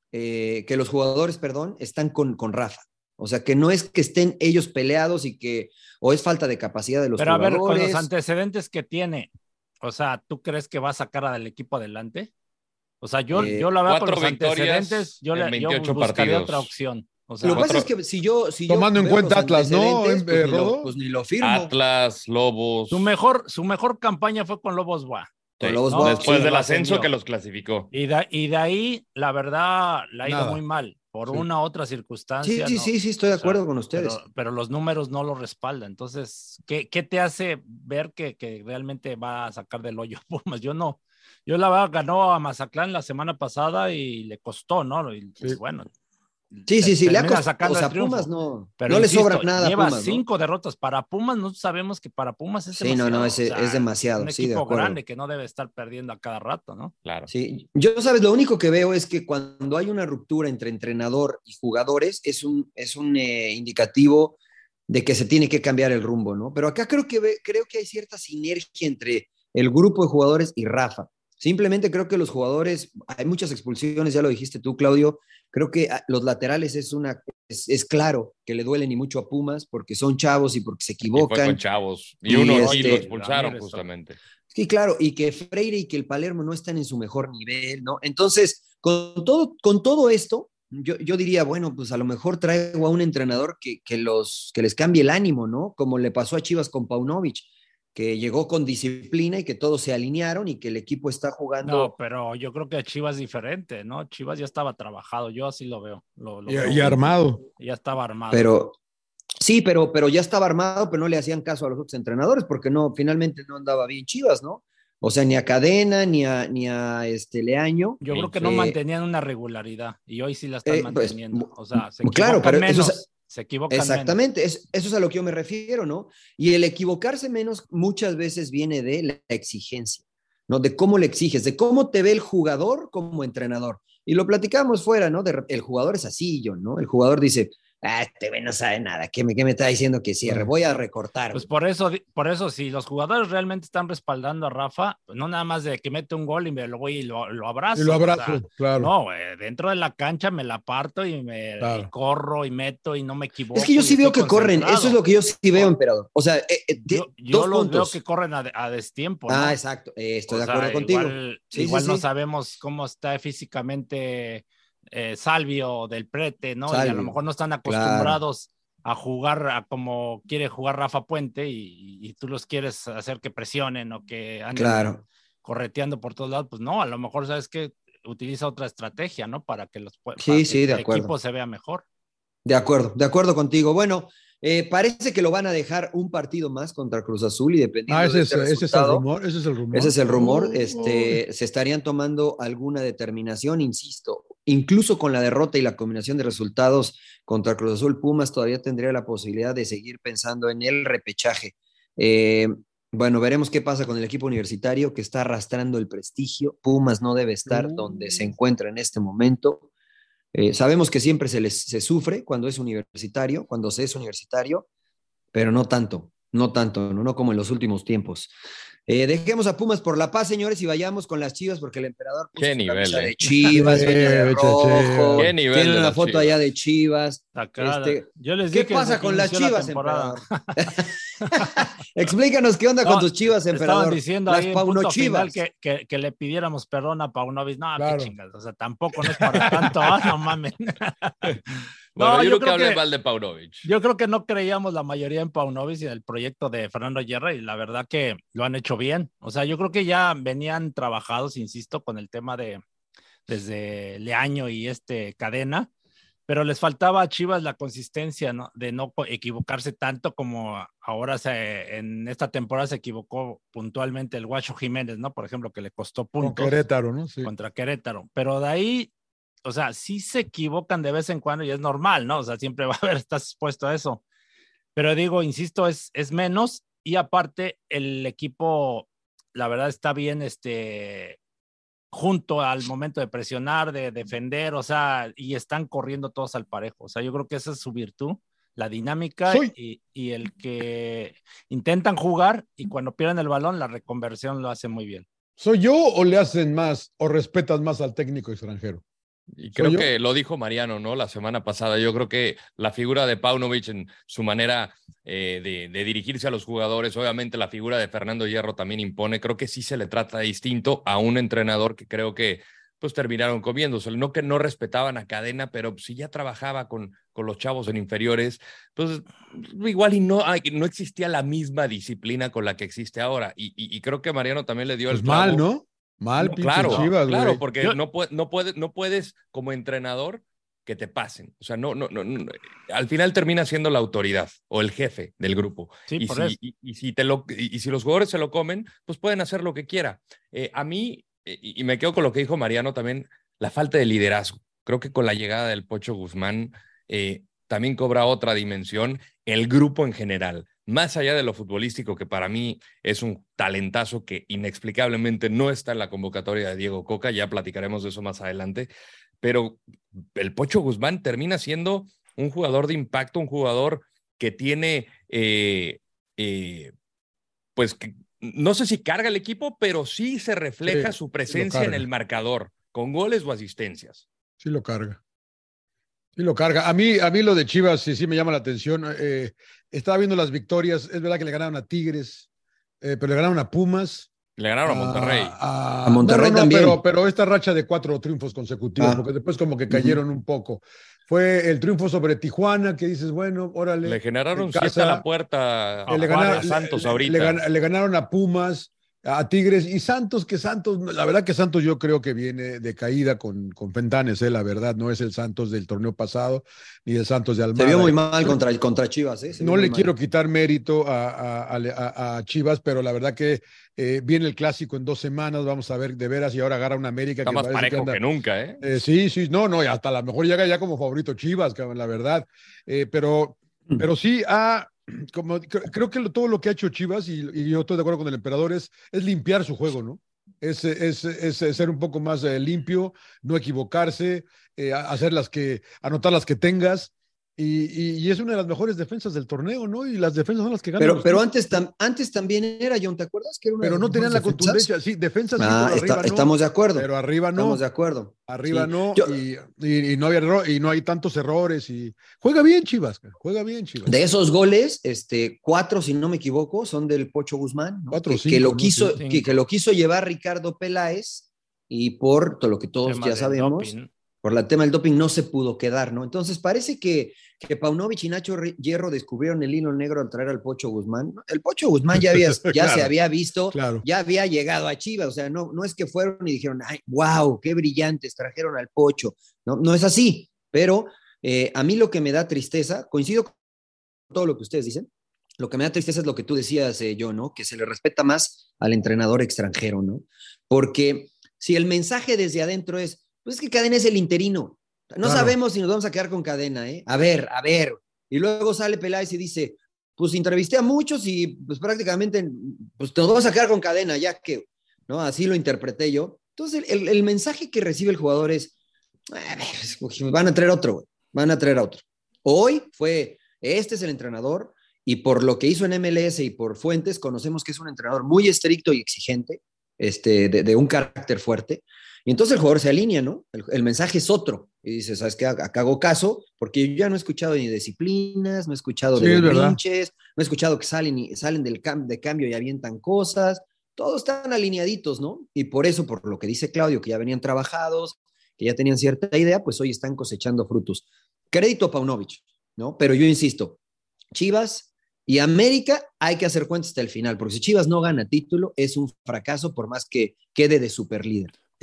eh, que los jugadores, perdón, están con, con Rafa. O sea, que no es que estén ellos peleados y que, o es falta de capacidad de los Pero a ver, con jugadores. los antecedentes que tiene, o sea, ¿tú crees que va a sacar al equipo adelante? O sea, yo, Eh, yo la verdad con cuatro los victorias antecedentes, yo, en le, yo veintiocho buscaría partidos. otra opción. O sea, Lo que pasa cuatro- es que si yo, si Tomando yo en veo cuenta los Atlas, ¿no, antecedentes, eh, pues, ni Rodo? lo, pues ni lo firmo. Atlas, Lobos. su mejor, su mejor campaña fue con Lobos Buap. Con Sí, Lobos ¿no? Buap, después sí. del Lo ascenso ascendió. que los clasificó. Y de, y de ahí, la verdad, la ha ido Nada. muy mal. Por Sí. una u otra Sí, circunstancia. sí, no, sí, sí, estoy de o sea, acuerdo con ustedes. Pero, pero los números no lo respaldan. Entonces, ¿qué, qué te hace ver que, que realmente va a sacar del hoyo Pumas? Yo no. Yo la verdad ganó a Mazatlán la semana pasada y le costó, ¿no? Y, Sí. bueno. Sí, sí, sí, le ha termina costado. sacando O sea, el triunfo. Pumas no, Pero no le insisto, sobra nada a lleva Pumas, ¿no? cinco derrotas. Para Pumas, no sabemos que para Pumas es Sí, demasiado. no, no, es, o sea, es demasiado, un sí, de equipo acuerdo. grande que no debe estar perdiendo a cada rato, ¿no? Claro. Sí, yo, sabes, lo único que veo es que cuando hay una ruptura entre entrenador y jugadores es un, es un eh, indicativo de que se tiene que cambiar el rumbo, ¿no? Pero acá creo que, ve, creo que hay cierta sinergia entre el grupo de jugadores y Rafa. Simplemente creo que los jugadores, hay muchas expulsiones, ya lo dijiste tú, Claudio, creo que los laterales es una, es, es claro que le duelen y mucho a Pumas porque son chavos y porque se equivocan. Y fue con chavos. Y, Y uno este- sí lo expulsaron Ramírez, justamente. Sí, claro, y que Freire y que el Palermo no están en su mejor nivel, ¿no? Entonces, con todo, con todo esto, yo, yo diría, bueno, pues a lo mejor traigo a un entrenador que, que, los, que les cambie el ánimo, ¿no? Como le pasó a Chivas con Paunovic, que llegó con disciplina y que todos se alinearon y que el equipo está jugando. No, pero yo creo que Chivas es diferente, ¿no? Chivas ya estaba trabajado, yo así lo veo. Lo, lo Y, veo y armado. Ya estaba armado. Pero sí, pero, pero ya estaba armado, pero no le hacían caso a los otros entrenadores porque no, finalmente no andaba bien Chivas, ¿no? O sea, ni a Cadena, ni a, ni a este Leaño. Yo creo que Eh, no mantenían una regularidad y hoy sí la están eh, pues, manteniendo. O sea, se claro, equivocan pero eso menos. es- se equivocan Exactamente, es, eso es a lo que yo me refiero, ¿no? Y el equivocarse menos muchas veces viene de la exigencia, ¿no? De cómo le exiges, de cómo te ve el jugador como entrenador. Y lo platicamos fuera, ¿no? De, el jugador es así, yo, ¿no? El jugador dice, ah, este güey no sabe nada, ¿qué me, qué me está diciendo que cierre? Voy a recortar. Pues por eso, por eso, si los jugadores realmente están respaldando a Rafa, pues no nada más de que mete un gol y me lo voy y lo, lo abrazo. Y lo abrazo, o sea, claro. No, güey, dentro de la cancha me la parto y me Claro. y corro y meto y no me equivoco. Es que yo sí y veo estoy que corren, concentrado. eso es lo que yo sí veo, emperador. O sea, eh, eh, Yo, de- yo dos los puntos. veo que corren a, a destiempo, ¿no? Ah, exacto, eh, estoy O de sea, acuerdo contigo. Igual, Sí, igual sí, no sí. sabemos cómo está físicamente eh, Salvio del Prete, ¿no? Y a Salvio, lo mejor no están acostumbrados a jugar a como quiere jugar Rafa Puente y, y tú los quieres hacer que presionen o que anden Claro. correteando por todos lados. Pues no, a lo mejor sabes que utiliza otra estrategia, ¿no? Para que, los, para Sí, que sí, de el acuerdo. equipo se vea mejor. De acuerdo, de acuerdo contigo. Bueno, eh, parece que lo van a dejar un partido más contra Cruz Azul y dependiendo Ah, ese de es, este ese es el resultado, rumor. Ese es el rumor. ese es el rumor, Oh, este, se estarían tomando alguna determinación, insisto, incluso con la derrota y la combinación de resultados contra Cruz Azul, Pumas todavía tendría la posibilidad de seguir pensando en el repechaje. Eh, bueno, veremos qué pasa con el equipo universitario que está arrastrando el prestigio. Pumas no debe estar Uh. donde se encuentra en este momento. Eh, sabemos que siempre se les se sufre cuando es universitario, cuando se es universitario, pero no tanto, no tanto, no, no como en los últimos tiempos. Eh, dejemos a Pumas por la paz, señores, y vayamos con las Chivas, porque el emperador puso Qué su nivel, camisa eh. de Chivas, Sí, viene de echa rojo, Chivas. Qué nivel tiene de una las foto Chivas. allá de Chivas. Acá, Este, yo les ¿qué dije pasa desde que con las inició la Chivas, temporada. Explícanos qué onda No, con tus Chivas, emperador. Estaban diciendo las ahí en Pauno punto final Chivas. que, que, que le pidiéramos perdón a Paunovic. No, Claro. qué chingas. O sea, tampoco no es para tanto. Ah, no mames. Bueno, No, yo, yo nunca creo hablé que- mal de Paunovic. Yo creo que no creíamos la mayoría en Paunovic y en el proyecto de Fernando Hierro y la verdad que lo han hecho bien. O sea, yo creo que ya venían trabajados, insisto, con el tema de desde Leaño y este Cadena pero les faltaba a Chivas la consistencia, ¿no? De no equivocarse tanto como ahora se, en esta temporada se equivocó puntualmente el Guacho Jiménez, ¿no? Por ejemplo, que le costó puntos. Con Querétaro, ¿no? Sí. Contra Querétaro. Pero de ahí, o sea, sí se equivocan de vez en cuando y es normal, ¿no? O sea, siempre va a haber, estás expuesto a eso. Pero digo, insisto, es, es menos y aparte el equipo, la verdad, está bien, este... junto al momento de presionar, de defender, o sea, y están corriendo todos al parejo. O sea, yo creo que esa es su virtud, la dinámica y, y el que intentan jugar y cuando pierden el balón, la reconversión lo hace muy bien. ¿Soy yo o le hacen más o respetas más al técnico extranjero? Y creo que lo dijo Mariano, ¿no? La semana pasada. Yo creo que la figura de Paunovic en su manera eh, de, de dirigirse a los jugadores, obviamente la figura de Fernando Hierro también impone. Creo que sí se le trata distinto a un entrenador que creo que pues terminaron comiéndose. No que no respetaban a Cadena, pero si ya trabajaba con, con los chavos en inferiores, pues igual y no, no existía la misma disciplina con la que existe ahora. Y, y, y creo que Mariano también le dio pues el clavo. mal, ¿no? Mal, no, pinche claro, Chivas, claro, güey. porque Yo... no, puede, no, puede, no, puedes como entrenador que te pasen. O sea, no, no, no, no, al final termina siendo la autoridad o el jefe del grupo. Sí, y, por si, eso. y, y, si te lo, y, y si los jugadores se lo comen, pues pueden hacer lo que quiera. Eh, a mí, y, y me quedo con lo que dijo Mariano también, la falta de liderazgo. Creo que con la llegada del Pocho Guzmán eh, también cobra otra dimensión el grupo en general. Más allá de lo futbolístico, que para mí es un talentazo que inexplicablemente no está en la convocatoria de Diego Coca, ya platicaremos de eso más adelante, pero el Pocho Guzmán termina siendo un jugador de impacto, un jugador que tiene, eh, eh, pues, que, no sé si carga el equipo, pero sí se refleja Sí, su presencia sí en el marcador, con goles o asistencias. Sí lo carga. Sí lo carga. A mí, a mí lo de Chivas sí, sí me llama la atención. Eh, estaba viendo las victorias. Es verdad que le ganaron a Tigres, eh, pero le ganaron a Pumas. Le ganaron a Monterrey. A, a Monterrey no, no, no, también. Pero, pero esta racha de cuatro triunfos consecutivos, Ah. porque después como que cayeron uh-huh. un poco. Fue el triunfo sobre Tijuana, que dices, bueno, órale. Le generaron siete a la puerta a, eh, le ganaron, a Santos le, ahorita. Le, le ganaron a Pumas, a Tigres y Santos, que Santos, la verdad que Santos yo creo que viene de caída con, con Fentanes, eh, la verdad, no es el Santos del torneo pasado, ni el Santos de Almada. Se vio muy mal contra, contra Chivas. ¿eh? No le mal. quiero quitar mérito a, a, a, a Chivas, pero la verdad que eh, viene el clásico en dos semanas, vamos a ver de veras, y ahora agarra una América Está que más parejo que, anda, que nunca, ¿eh? ¿eh? Sí, sí, no, no, y hasta a lo mejor llega ya como favorito Chivas, la verdad, eh, pero, pero sí ha... Como, creo que todo lo que ha hecho Chivas, y, y yo estoy de acuerdo con el emperador, es, es limpiar su juego, ¿no? Es, es, es, es ser un poco más eh, limpio, no equivocarse, eh, hacer las que, anotar las que tengas, y, y, y es una de las mejores defensas del torneo, ¿no? Y las defensas son las que ganan. Pero, pero antes, tam, antes también era, John, ¿te acuerdas? Que era una pero no tenían la defensas? contundencia, sí, defensas sí, ah, pero está, arriba no. Estamos de acuerdo. Pero arriba no. Estamos de acuerdo. Arriba sí. no, Yo, y, y, y no había error, y no hay tantos errores, y juega bien Chivas, juega bien Chivas. De esos goles, este, cuatro, si no me equivoco, son del Pocho Guzmán, ¿no? Cuatro, que, cinco, que, lo ¿no? quiso, Sí, que, que lo quiso llevar Ricardo Peláez, y por todo lo que todos tema ya sabemos, doping. por el tema del doping no se pudo quedar, ¿no? Entonces parece que, que Paunovic y Nacho Hierro descubrieron el hilo negro al traer al Pocho Guzmán. El Pocho Guzmán ya, había, ya claro, se había visto, claro. ya había llegado a Chivas, o sea, no, no es que fueron y dijeron, ay, wow, qué brillantes, trajeron al Pocho. No, no es así, pero eh, a mí lo que me da tristeza, coincido con todo lo que ustedes dicen, lo que me da tristeza es lo que tú decías, eh, yo, ¿no? Que se le respeta más al entrenador extranjero, ¿no? Porque si el mensaje desde adentro es, pues es que Cadena es el interino, no claro. sabemos si nos vamos a quedar con Cadena, ¿eh? A ver, a ver. Y luego sale Peláez y dice, pues entrevisté a muchos y pues prácticamente, pues nos vamos a quedar con Cadena, ya que, ¿no? Así lo interpreté yo. Entonces el, el mensaje que recibe el jugador es, a ver, van a traer otro, güey. Van a traer a otro. Hoy fue, este es el entrenador, y por lo que hizo en M L S y por fuentes, conocemos que es un entrenador muy estricto y exigente, este, de, de un carácter fuerte, y entonces el jugador se alinea, ¿no? El, el mensaje es otro, y dice, ¿sabes qué? Acá hago caso, porque yo ya no he escuchado ni disciplinas, no he escuchado sí, de berrinches, no he escuchado que salen, y, salen del cam de cambio y avientan cosas, todos están alineaditos, ¿no? Y por eso, por lo que dice Claudio, que ya venían trabajados, que ya tenían cierta idea, pues hoy están cosechando frutos. Crédito a Paunovic, ¿no? Pero yo insisto, Chivas y América hay que hacer cuentas hasta el final, porque si Chivas no gana título, es un fracaso por más que quede de superlíder.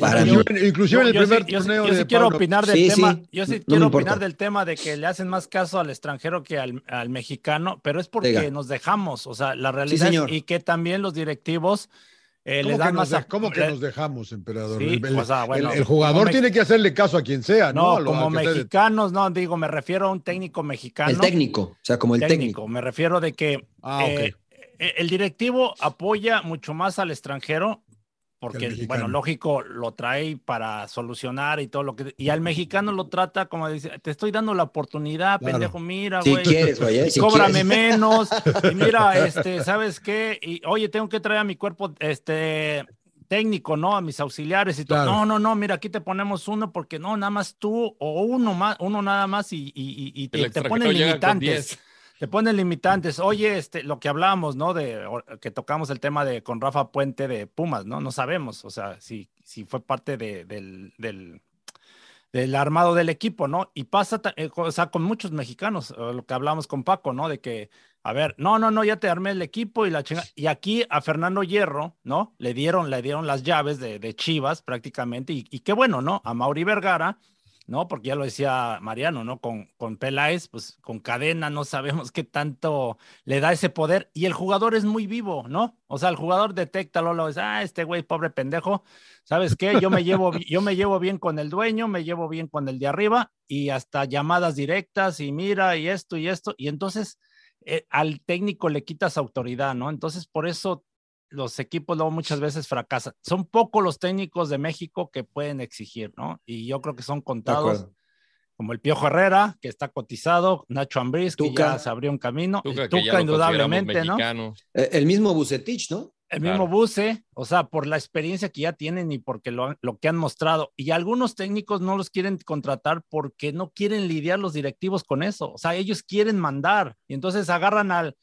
Para inclusive, mí. inclusive Yo, en el yo primer sí, yo sí- torneo yo sí de quiero Pauno. opinar del Sí, tema, sí, yo sí no me quiero importa. opinar del tema de que le hacen más caso al extranjero que al, al mexicano, pero es porque Diga. nos dejamos, o sea, la Sí, realidad es, señor. y que también los directivos eh, les ¿Cómo, que dan nos, más... de- a- cómo que le- nos dejamos, emperador? sí, El, el- o sea, el- bueno, el como jugador me- tiene que hacerle caso a quien sea, ¿no? A no, lo- como al que esté de- mexicanos, no, digo, me refiero a un técnico El mexicano. técnico, o sea, como el técnico, técnico. me refiero de que Ah, ok. eh, eh, el directivo apoya mucho más al extranjero Que el porque, mexicano. bueno, lógico, lo trae para solucionar y todo lo que... Y al mexicano lo trata como dice, te estoy dando la oportunidad, Claro. pendejo, mira, Si güey. quieres, güey, ¿eh? Y Si cóbrame quieres. menos. Y mira, este, ¿sabes qué? Y oye, tengo que traer a mi cuerpo, este, técnico, ¿no? A mis auxiliares y todo. Claro. No, no, no, mira, aquí te ponemos uno porque no, nada más tú o uno más, uno nada más y, y, y- y El te, te extranjero ponen llega con limitantes. diez. Te ponen limitantes. Oye, este, lo que hablamos, ¿no? De o- que tocamos el tema de con Rafa Puente de Pumas, ¿no? No sabemos, o sea, si, si fue parte de, del, del, del armado del equipo, ¿no? Y pasa, ta- eh, o sea, con muchos mexicanos, eh, lo que hablamos con Paco, ¿no? De que, a ver, no, no, no, ya te armé el equipo y la chinga. Y aquí a Fernando Hierro, ¿no? Le dieron, le dieron las llaves de, de Chivas prácticamente, y, y qué bueno, ¿no? A Mauri Vergara, ¿no? Porque ya lo decía Mariano, ¿no? Con, con Peláez, pues con Cadena no sabemos qué tanto le da ese poder y el jugador es muy vivo, ¿no? O sea, el jugador detecta, lo dice, ah, este güey, pobre pendejo, ¿sabes qué? Yo me llevo, yo me llevo bien con el dueño, me llevo bien con el de arriba y hasta llamadas directas y mira y esto y esto y entonces eh, al técnico le quitas autoridad, ¿no? Entonces por eso los equipos luego muchas veces fracasan. Son pocos los técnicos de México que pueden exigir, ¿no? Y yo creo que son De contados, acuerdo. como el Piojo Herrera, que está cotizado, Nacho Ambriz, que Tuca. ya se abrió un camino, Tuca, el que ya Tuca lo consideramos indudablemente, ¿no? mexicano. Eh, El mismo Bucetich, ¿no? El mismo Claro. Buse, o sea, por la experiencia que ya tienen y porque lo, lo que han mostrado. Y algunos técnicos no los quieren contratar porque no quieren lidiar los directivos con eso. O sea, ellos quieren mandar. Y entonces agarran al,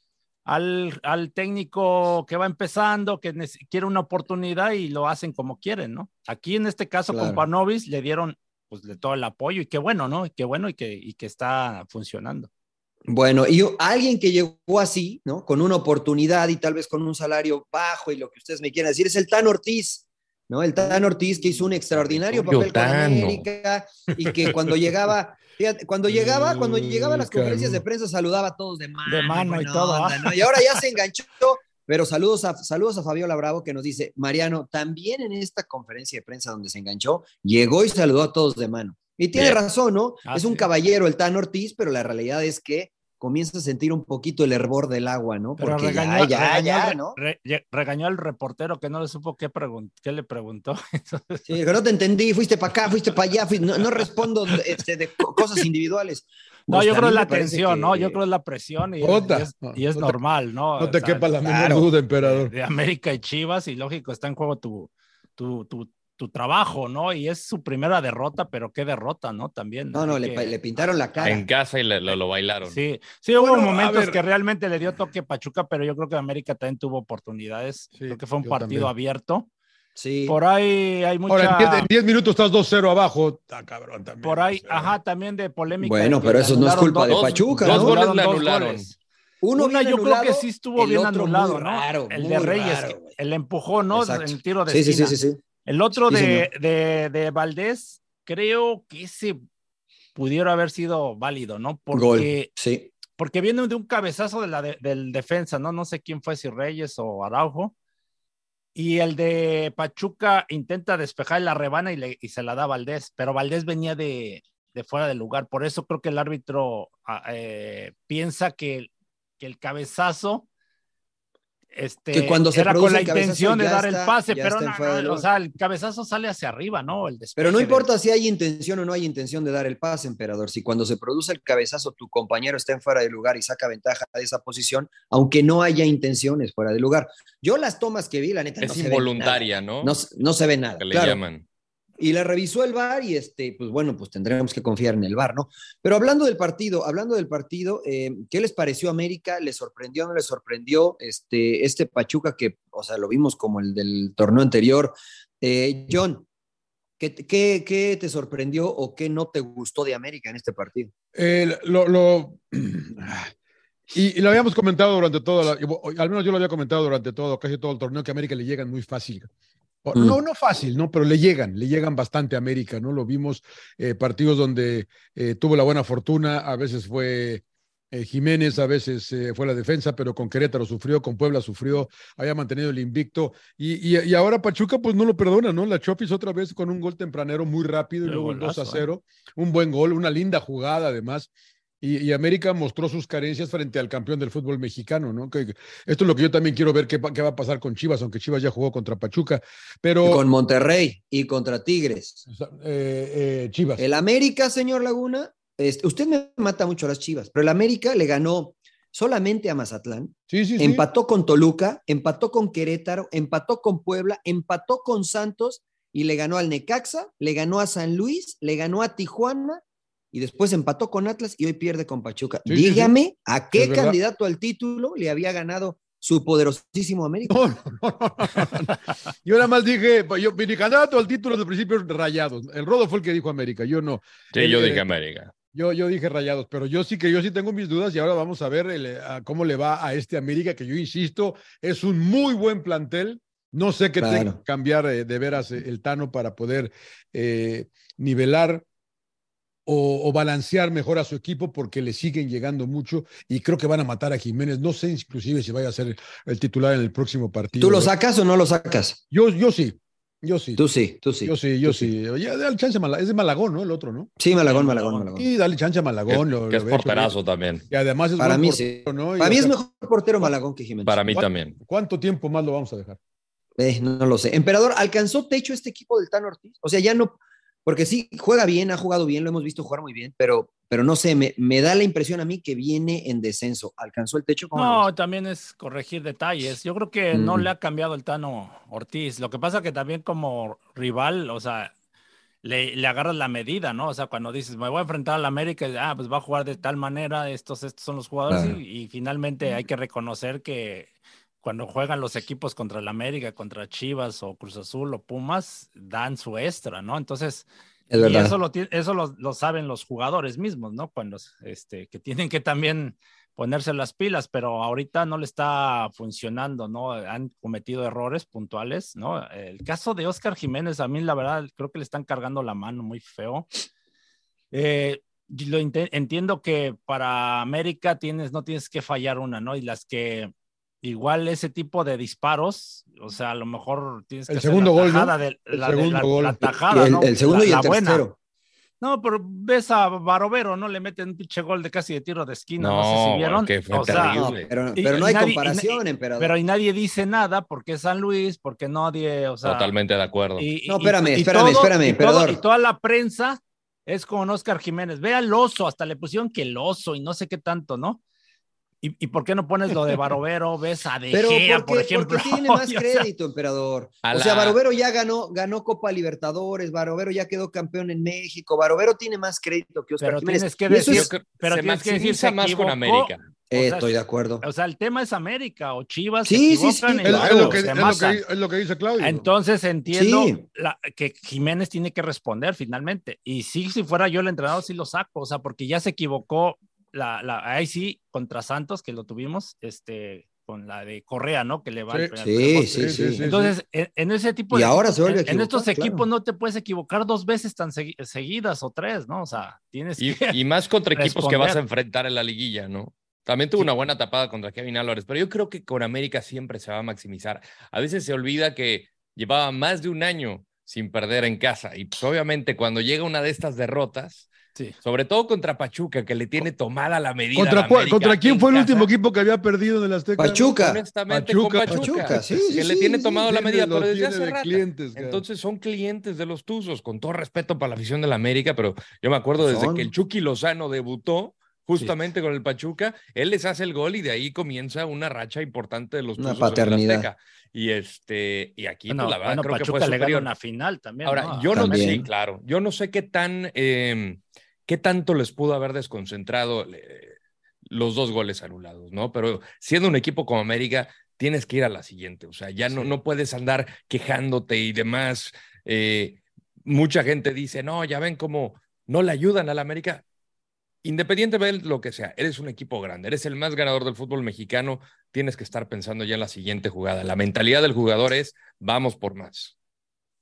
al, al técnico que va empezando, que nece- quiere una oportunidad y lo hacen como quieren, ¿no? Aquí en este caso Claro. con Panovis le dieron pues de todo el apoyo y qué bueno, ¿no? Y qué bueno y que, y que está funcionando. Bueno, y yo- alguien que llegó así, ¿no? Con una oportunidad y tal vez con un salario bajo y lo que ustedes me quieran decir, es el Tan Ortiz, ¿no? El Tan Ortiz que hizo un extraordinario Vittorio papel con Tano. América y que cuando llegaba, fíjate, cuando llegaba, cuando llegaba a las Ay, conferencias de Cano. prensa saludaba a todos de mano, De mano y buena todo, onda, ¿ah? ¿no? Y ahora ya se enganchó, pero saludos a, saludos a Fabiola Bravo que nos dice, Mariano, también en esta conferencia de prensa donde se enganchó, llegó y saludó a todos de mano. Y tiene Bien. razón, ¿no? Ah, es un sí. caballero el Tan Ortiz, pero la realidad es que comienza a sentir un poquito el hervor del agua, ¿no? Pero Porque regañó, ya, ya, regañó, ya, al re- ¿no? re- re- regañó al reportero que no le supo qué, pregun- qué le preguntó. Entonces, Sí, que no te entendí, fuiste para acá, fuiste para allá, fui- no, no respondo este, de co- cosas individuales. no, Pues yo creo también la me parece tensión, que- ¿no? Yo creo es la presión y, Jota. y es, y es No te- normal, ¿no? No te O sea, quepa la menor claro. duda, de, emperador. de América y Chivas y lógico está en juego tu, tu, tu, tu trabajo, ¿no? Y es su primera derrota, pero qué derrota, ¿no? También. No, no, hay le, que- le pintaron la cara. En casa y le- lo, lo bailaron. Sí, sí hubo Bueno, a momentos ver. que realmente le dio toque Pachuca, pero yo creo que América también tuvo oportunidades. Sí, creo que fue un yo partido también. abierto. Sí. Por ahí hay mucha... Ahora, en diez- en diez minutos estás dos cero abajo. Está cabrón también. Por ahí, o sea. ajá, también de polémica. Bueno, de que pero le eso no es anularon culpa de dos- Pachuca, dos ¿no? goles anularon le dos anularon. goles. Uno Una bien yo creo que anulado, sí estuvo el bien otro anulado, muy ¿no? raro, el muy de Reyes, raro, que- güey. el empujó, ¿no? Exacto. En tiro de Sí, sí, esquina. sí, sí, sí. El otro Sí, de, de, de Valdés, creo que ese pudiera haber sido válido, ¿no? Porque, Gol, sí. porque viene de un cabezazo de la de- del defensa, ¿no? No sé quién fue, si Reyes o Araujo. Y el de Pachuca intenta despejar la rebana y, le, y se la da a Valdés, pero Valdés venía de, de fuera del lugar. Por eso creo que el árbitro ah, eh, piensa que, que el cabezazo este, Que cuando se era produce con la el cabezazo intención de ya dar está- el pase, ya pero está en no, fuera de no, o lugar. sea, el cabezazo sale hacia arriba, ¿no? El despeje Pero no de- importa si hay intención o no hay intención de dar el pase, emperador. Si cuando se produce el cabezazo tu compañero está en fuera de lugar y saca ventaja de esa posición, aunque no haya intenciones fuera de lugar. Yo las tomas que vi, la neta, Es no se ve involuntaria, nada. ¿no? No, se- no se ve nada. Que le claro. llaman. Y la revisó el V A R y este, pues bueno, pues tendremos que confiar en el V A R, ¿no? Pero hablando del partido, hablando del partido, eh, ¿qué les pareció América? ¿Les sorprendió o no les sorprendió este, este Pachuca que, o sea, lo vimos como el del torneo anterior? Eh, John, ¿qué, qué, ¿qué te sorprendió o qué no te gustó de América en este partido? Eh, lo, lo- y, y lo habíamos comentado durante todo, la- al menos yo lo había comentado durante todo, casi todo el torneo, que a América le llegan muy fácil. Mm. No, no fácil, ¿no? Pero le llegan, le llegan bastante a América, ¿no? Lo vimos, eh, partidos donde eh, tuvo la buena fortuna, a veces fue eh, Jiménez, a veces eh, fue la defensa, pero con Querétaro sufrió, con Puebla sufrió, había mantenido el invicto, y, y, y ahora Pachuca pues no lo perdona, ¿no? La Chofis otra vez con un gol tempranero muy rápido y Qué luego el dos a golazo, cero, ¿eh? Un buen gol, una linda jugada además. Y, y América mostró sus carencias frente al campeón del fútbol mexicano, ¿no? Que, que esto es lo que yo también quiero ver qué, qué va a pasar con Chivas, aunque Chivas ya jugó contra Pachuca, pero... Y con Monterrey y contra Tigres. Eh, eh, Chivas. El América, señor Laguna, este, usted me mata mucho a las Chivas, pero el América le ganó solamente a Mazatlán, sí, sí, empató sí. con Toluca, empató con Querétaro, empató con Puebla, empató con Santos y le ganó al Necaxa, le ganó a San Luis, le ganó a Tijuana y después empató con Atlas y hoy pierde con Pachuca. Sí, Dígame, sí, sí. ¿a qué Es candidato al título le había ganado su poderosísimo América? No, no, no, no, no. Yo nada más dije, yo, mi candidato al título desde el principio es Rayados. El Rodo fue el que dijo América, yo no. Sí, el, yo dije eh, América. Yo, yo dije Rayados, pero yo sí que yo sí tengo mis dudas y ahora vamos a ver el, a cómo le va a este América, que yo insisto, es un muy buen plantel. No sé qué Claro. tenga que cambiar eh, de veras eh, el Tano para poder eh, nivelar o, o balancear mejor a su equipo, porque le siguen llegando mucho y creo que van a matar a Jiménez. No sé inclusive si vaya a ser el titular en el próximo partido. ¿Tú lo ¿eh? sacas o no lo sacas? Yo, yo sí, yo sí. Tú sí, tú sí. Yo sí, yo tú sí. Ya, dale chance a Malagón. Es de Malagón, ¿no? El otro, ¿no? Sí, Malagón, Sí, Malagón, Malagón. Malagón. Y dale chance a Malagón. Que, lo, que lo es había hecho bien. porterazo también. Y además es Para buen mí portero, sí. ¿no? Y, Para o mí es sea, mejor portero Malagón que Jiménez. Para mí ¿cuánto, también. ¿Cuánto tiempo más lo vamos a dejar? Eh, no, no lo sé. Emperador, ¿alcanzó techo este equipo del Tano Ortiz? O sea, ya no, porque sí, juega bien, ha jugado bien, lo hemos visto jugar muy bien, pero, pero no sé, me, me da la impresión a mí que viene en descenso. ¿Alcanzó el techo? ¿Cómo lo No, ves? también es corregir detalles. Yo creo que Mm. no le ha cambiado el Tano Ortiz. Lo que pasa que también como rival, o sea, le, le agarras la medida, ¿no? O sea, cuando dices, me voy a enfrentar al América, y, ah, pues va a jugar de tal manera, estos, estos son los jugadores, Claro. y, y finalmente hay que reconocer que cuando juegan los equipos contra el América, contra Chivas o Cruz Azul o Pumas, dan su extra, ¿no? Entonces, Es y verdad. eso lo, ti- eso lo, lo saben los jugadores mismos, ¿no? Cuando, este, que tienen que también ponerse las pilas, pero ahorita no le está funcionando, ¿no? Han cometido errores puntuales, ¿no? El caso de Oscar Jiménez, a mí la verdad creo que le están cargando la mano muy feo. Eh, lo ente- entiendo que para América tienes, no tienes que fallar una, ¿no? Y las que igual ese tipo de disparos, o sea, a lo mejor tienes que El hacer segundo la gol, ¿no? tajada, de, El la, de, segundo la, gol. la Y tajada, el, ¿no? el segundo la, y el la buena. tercero. No, pero ves a Barovero, ¿no? Le meten un pinche gol de casi de tiro de esquina, no, no sé si No, vieron. que fue O sea, No, terrible. pero, y, pero no y hay nadie, comparación, y, emperador. pero y nadie dice nada porque es San Luis, porque nadie, o sea, Totalmente de acuerdo. y, No, y- espérame, y espérame, todo, espérame, y todo, emperador. y toda la prensa es con Oscar Jiménez. Ve al oso, hasta le pusieron que el oso y no sé qué tanto, ¿no? ¿Y, y por qué no pones lo de Barovero? Ves a De Pero Gea, porque, por ejemplo. porque tiene más Y, o sea, crédito, emperador. A O sea, la- Barovero ya ganó, ganó Copa Libertadores, Barovero ya quedó campeón en México, Barovero tiene más crédito que Oscar pero Jiménez. tienes que Y eso decir, Yo es, creo- pero se tienes que decir, maximiza se más con equivocó. América. O eh, sea, estoy de acuerdo. O sea, el tema es América o Chivas, se Sí, sí, equivocan sí, y Es, claro. es lo que, se es, lo matan. que, es lo que dice Claudio. Entonces entiendo Sí. la, que Jiménez tiene que responder finalmente. Y sí, si fuera yo el entrenador, sí lo saco, o sea, porque ya se equivocó la, la, ahí sí, contra Santos, que lo tuvimos, este, con la de Correa, ¿no? Que le va Sí. al primer Sí, gol. sí, sí. Entonces, en, en ese tipo Y de ahora equipos, se vuelve a en, en estos equivocar, equipos claro. no te puedes equivocar dos veces tan segui seguidas o tres, ¿no? O sea, tienes Y, que y más contra equipos que vas a responder. enfrentar en la liguilla, ¿no? También tuvo Sí. una buena tapada contra Kevin Álvarez, pero yo creo que con América siempre se va a maximizar. A veces se olvida que llevaba más de un año sin perder en casa y pues obviamente cuando llega una de estas derrotas, Sí. sobre todo contra Pachuca, que le tiene tomada la medida a ¿Contra, la cuál- América ¿Contra quién en fue el casa, último equipo que había perdido en el Azteca? Pachuca. honestamente, Pachuca. con Pachuca, Pachuca, sí, sí, que le sí, tiene sí. tomado la Tiene- medida, lo pero desde tiene hace de rato. clientes, cara. Entonces son clientes de los Tuzos, con todo respeto para la afición de la América, pero yo me acuerdo desde Son. que el Chucky Lozano debutó justamente sí. con el Pachuca, él les hace el gol y de ahí comienza una racha importante de los Una Tuzos paternidad. en el Azteca. Y este, y aquí, Bueno, pues la verdad, bueno, creo Pachuca que fue le gana superior. una final también. Ahora, ¿no? yo no, También. sí, claro, yo no sé qué tan, eh, qué tanto les pudo haber desconcentrado eh, los dos goles anulados, ¿no? Pero siendo un equipo como América, tienes que ir a la siguiente, o sea, ya no, Sí. no puedes andar quejándote y demás. Eh, mucha gente dice, no, ya ven cómo no le ayudan a la América. Independientemente de lo que sea, eres un equipo grande, eres el más ganador del fútbol mexicano, tienes que estar pensando ya en la siguiente jugada. La mentalidad del jugador es, vamos por más.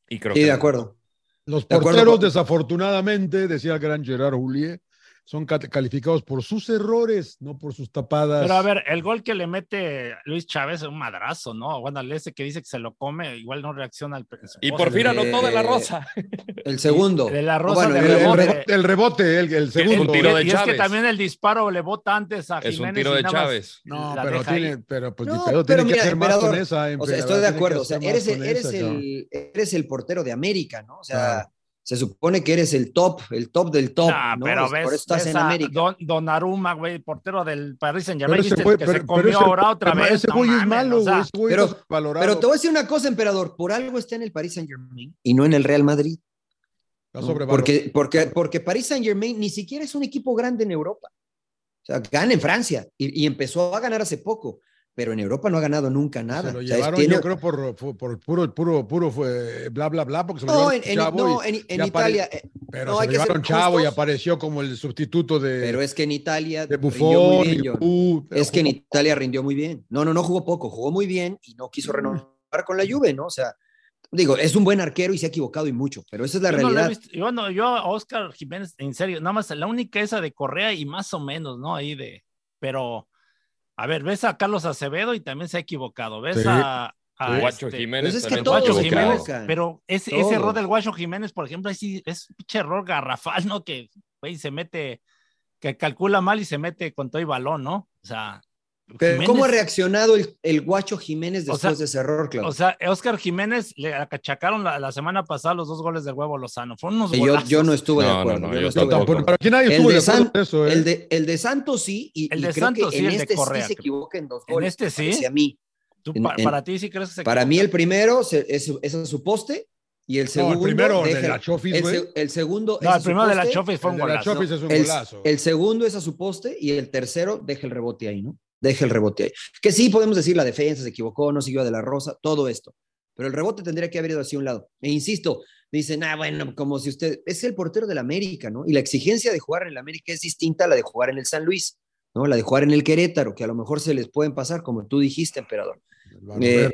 Y creo Sí, que de acuerdo. Los De acuerdo porteros, con- desafortunadamente, decía el gran Gerard Houllier, son ca- calificados por sus errores, no por sus tapadas. Pero a ver, el gol que le mete Luis Chávez es un madrazo, ¿no? Bueno, el ese que dice que se lo come, igual no reacciona al. Y por fin Eh, anotó de la Rosa. El segundo. De la Rosa Bueno, de el- el, el el- rebote, el rebote, el, el segundo. un tiro de y es que Chávez. también el disparo le bota antes a Es Jiménez. un tiro y de nada más Chávez. No, la pero deja ahí. tiene, pero pues No, ni pedo, pero tiene que mira, hacer más con emperador, esa. O sea, emperador, estoy de tiene que acuerdo. O hacer sea, más eres, el, con eres, esa, cabrón. el, eres el portero de América, ¿no? O sea, Claro. se supone que eres el top, el top del top, Nah, ¿no? pero Es- ves, por eso estás ves en a América. Don, Donnarumma, güey, portero del Paris Saint Pero Germain, ese ¿viste güey, que pero, se pero comió ese, ahora otra pero vez? ese No güey es mames, malo, o sea, güey, ese güey pero- está valorado. Pero te voy a decir una cosa, emperador. Por algo está en el Paris Saint Germain y no en el Real Madrid. Está ¿no? sobrevalorado. Porque, porque, porque Paris Saint Germain ni siquiera es un equipo grande en Europa. O sea, gana en Francia y, y empezó a ganar hace poco, pero en Europa no ha ganado nunca nada. Se lo O sea, llevaron, tiene- yo creo, por, por, por puro, puro, puro fue bla, bla, bla, porque se lo No, llevaron en, en- chavo. no, y- en, y en apare- Italia. eh, Pero no, se hay lo que ser llevaron chavo y justos. apareció como el sustituto de, Pero es que en Italia de rindió Buffon. muy bien, y, John. uh, pero Es que en jugó- Italia rindió muy bien. No, no, no jugó poco, jugó muy bien y no quiso renovar con la Juve, ¿no? O sea, digo, es un buen arquero y se ha equivocado y mucho, pero esa es la yo no lo he realidad. visto. Yo, no, yo a Oscar Jiménez, en serio, nada más la única esa de Correa y más o menos, ¿no? Ahí de, pero, a ver, ves a Carlos Acevedo y también se ha equivocado. Ves Sí. a, a El Guacho este, Jiménez. Pues es que también todos se Guacho se equivocó. Jiménez, equivocan. pero ese, Todos. ese error del Guacho Jiménez, por ejemplo, sí, es un pinche error garrafal, ¿no? Que, güey, se mete, que calcula mal y se mete con todo y balón, ¿no? O sea, Pero ¿cómo ha Jiménez- reaccionado el, el Guacho Jiménez O después sea, de ese error, Claudio? O sea, Oscar Jiménez le acachacaron la, la semana pasada los dos goles del Huevo Lozano. Fueron unos Y yo, golazos. yo no estuve de No, no, acuerdo. no, yo yo no estuve de tampoco. acuerdo. Pero aquí nadie El estuvo de de, acuerdo San- con eso, ¿eh? el, de, el de Santos sí, y, El y de creo Santos que sí, en el de este Correa, sí se creo. equivoca en dos En goles. este me sí. parece a mí. Tú, en- pa- en- para ti sí crees que se Para mí equivoca? el primero se- es, es a su poste y el No, segundo... el primero deja- de la Chofis, el, güey. se- el segundo No, es el a su primero de la poste, Chofis fue El un de la golazo. Chofis es un El, golazo. el segundo es a su poste y el tercero deja el rebote ahí, ¿no? Deja el rebote ahí. Que sí, podemos decir la defensa se equivocó, no siguió a De la Rosa, todo esto. Pero el rebote tendría que haber ido hacia un lado. E insisto, dicen, ah, bueno, como si usted... Es el portero del América, ¿no? Y la exigencia de jugar en el América es distinta a la de jugar en el San Luis, ¿no? La de jugar en el Querétaro, que a lo mejor se les pueden pasar, como tú dijiste, emperador. Eh,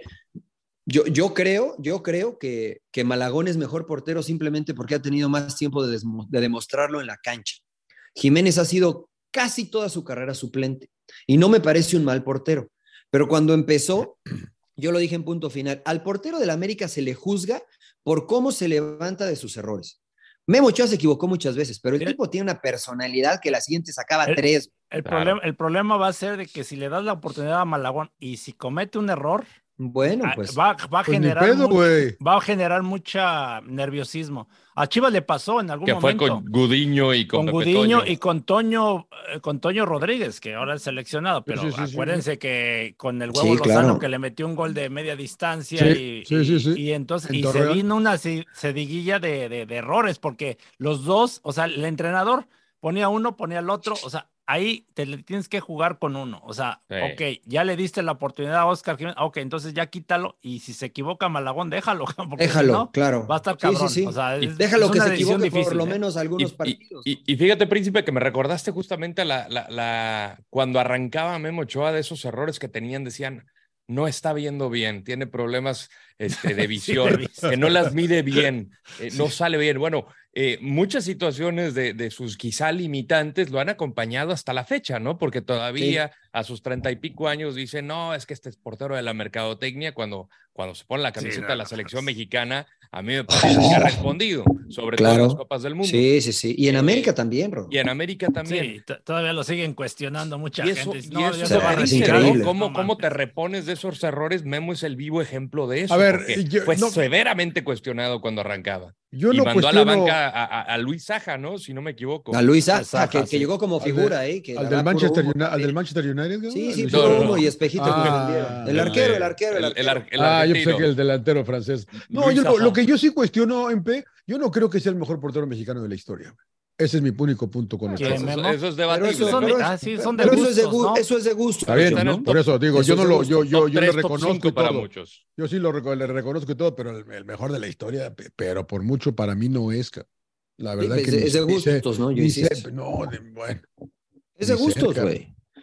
yo, yo creo, yo creo que, que Malagón es mejor portero simplemente porque ha tenido más tiempo de, desmo- de demostrarlo en la cancha. Jiménez ha sido casi toda su carrera suplente y no me parece un mal portero, pero cuando empezó, yo lo dije en punto final, al portero del América se le juzga por cómo se levanta de sus errores. Memo Ochoa se equivocó muchas veces, pero el Mira- tipo tiene una personalidad que la siguiente sacaba El- tres. El, Claro. problema, el problema va a ser de que si le das la oportunidad a Malagón y si comete un error, Bueno, ah, pues... va, va a Pues ni generar pedo, mu- güey. va a generar mucha nerviosismo. A Chivas le pasó en algún Que fue momento. con Gudiño y con, con Pepe Gudiño Toño. y con Toño, eh, con Toño Rodríguez, que ahora es seleccionado, pero Sí, sí, sí, acuérdense que con el Sí, Huevo Lozano claro. que le metió un gol de media distancia Sí, y, sí, y- sí, sí. y entonces En y se Torreón. vino una se- sediguilla de, de- de errores, porque los dos, o sea, el entrenador ponía uno, ponía el otro, o sea, ahí te le tienes que jugar con uno, o sea, Sí. ok, ya le diste la oportunidad a Oscar Jiménez, ok, entonces ya quítalo y si se equivoca Malagón, déjalo, porque si Déjalo, no, claro. va a estar Sí, sí, cabrón, sí. o sea, es, Déjalo es que una se decisión equivoque por difícil, lo ¿eh? menos algunos Y, partidos. y- y fíjate, Príncipe, que me recordaste justamente la, la, la, cuando arrancaba Memo Ochoa de esos errores que tenían, decían, no está viendo bien, tiene problemas este, de visión, de visión. que no las mide bien, eh, no sale bien. Bueno, eh, muchas situaciones de, de sus quizá limitantes lo han acompañado hasta la fecha, ¿no? Porque todavía a sus treinta y pico años dicen, no, es que este es portero de la mercadotecnia, cuando, cuando se pone la camiseta Sí, no, de la no, selección no. mexicana, a mí me parece que ha respondido, sobre todo Claro. en las Copas del Mundo. Sí, sí, sí. Y en Eh, América también, Ro. Y en América también. Sí, t- todavía lo siguen cuestionando mucha Y eso, gente. y No, eso ya se se va a es retirar. increíble. ¿no? ¿Cómo, No cómo te mames. repones de esos errores? Memo es el vivo ejemplo de eso. A ver, porque yo- fue no- severamente cuestionado cuando arrancaba. Yo y no mandó cuestiono a la banca a, a- a Luis Saja, ¿no? Si no me equivoco. A Luis Saja, Saja, que, que sí. llegó como al de- figura ahí. Que al la del, da puro Manchester humo Uni- al también. del Manchester United. ¿no? Sí, sí, Luis puro No, no, humo no. y espejitos Ah, que vendieron. El el arquero, de- el arquero, el el- el arquero. ar- el Ah, yo pensé argentino. que el delantero francés. No, Luis yo lo, Saja. lo que yo sí cuestiono, Empe, yo no creo que sea el mejor portero mexicano de la historia. güey. Ese es mi único punto con ¿Quién, esto. Eso, Memo? eso es Pero debatible. eso, son ¿no? de- pero ah, es- sí, son de pero eso es de, gustos, gu- ¿no? eso es de gusto. Está bien, Está en ¿no? el Por top- eso digo, eso yo es no de lo, gusto. yo, yo, Top yo le tres, top reconozco cinco y para todo. muchos. Yo sí lo reco- le reconozco y todo, pero el, el mejor de la historia, pe- pero por mucho para mí no es. ca- La verdad Sí, que es de- ni- es de ni sé- gustos, ¿no? Yo ni sé- insisto. no, de- bueno. Es de Ni gustos, cerca. güey.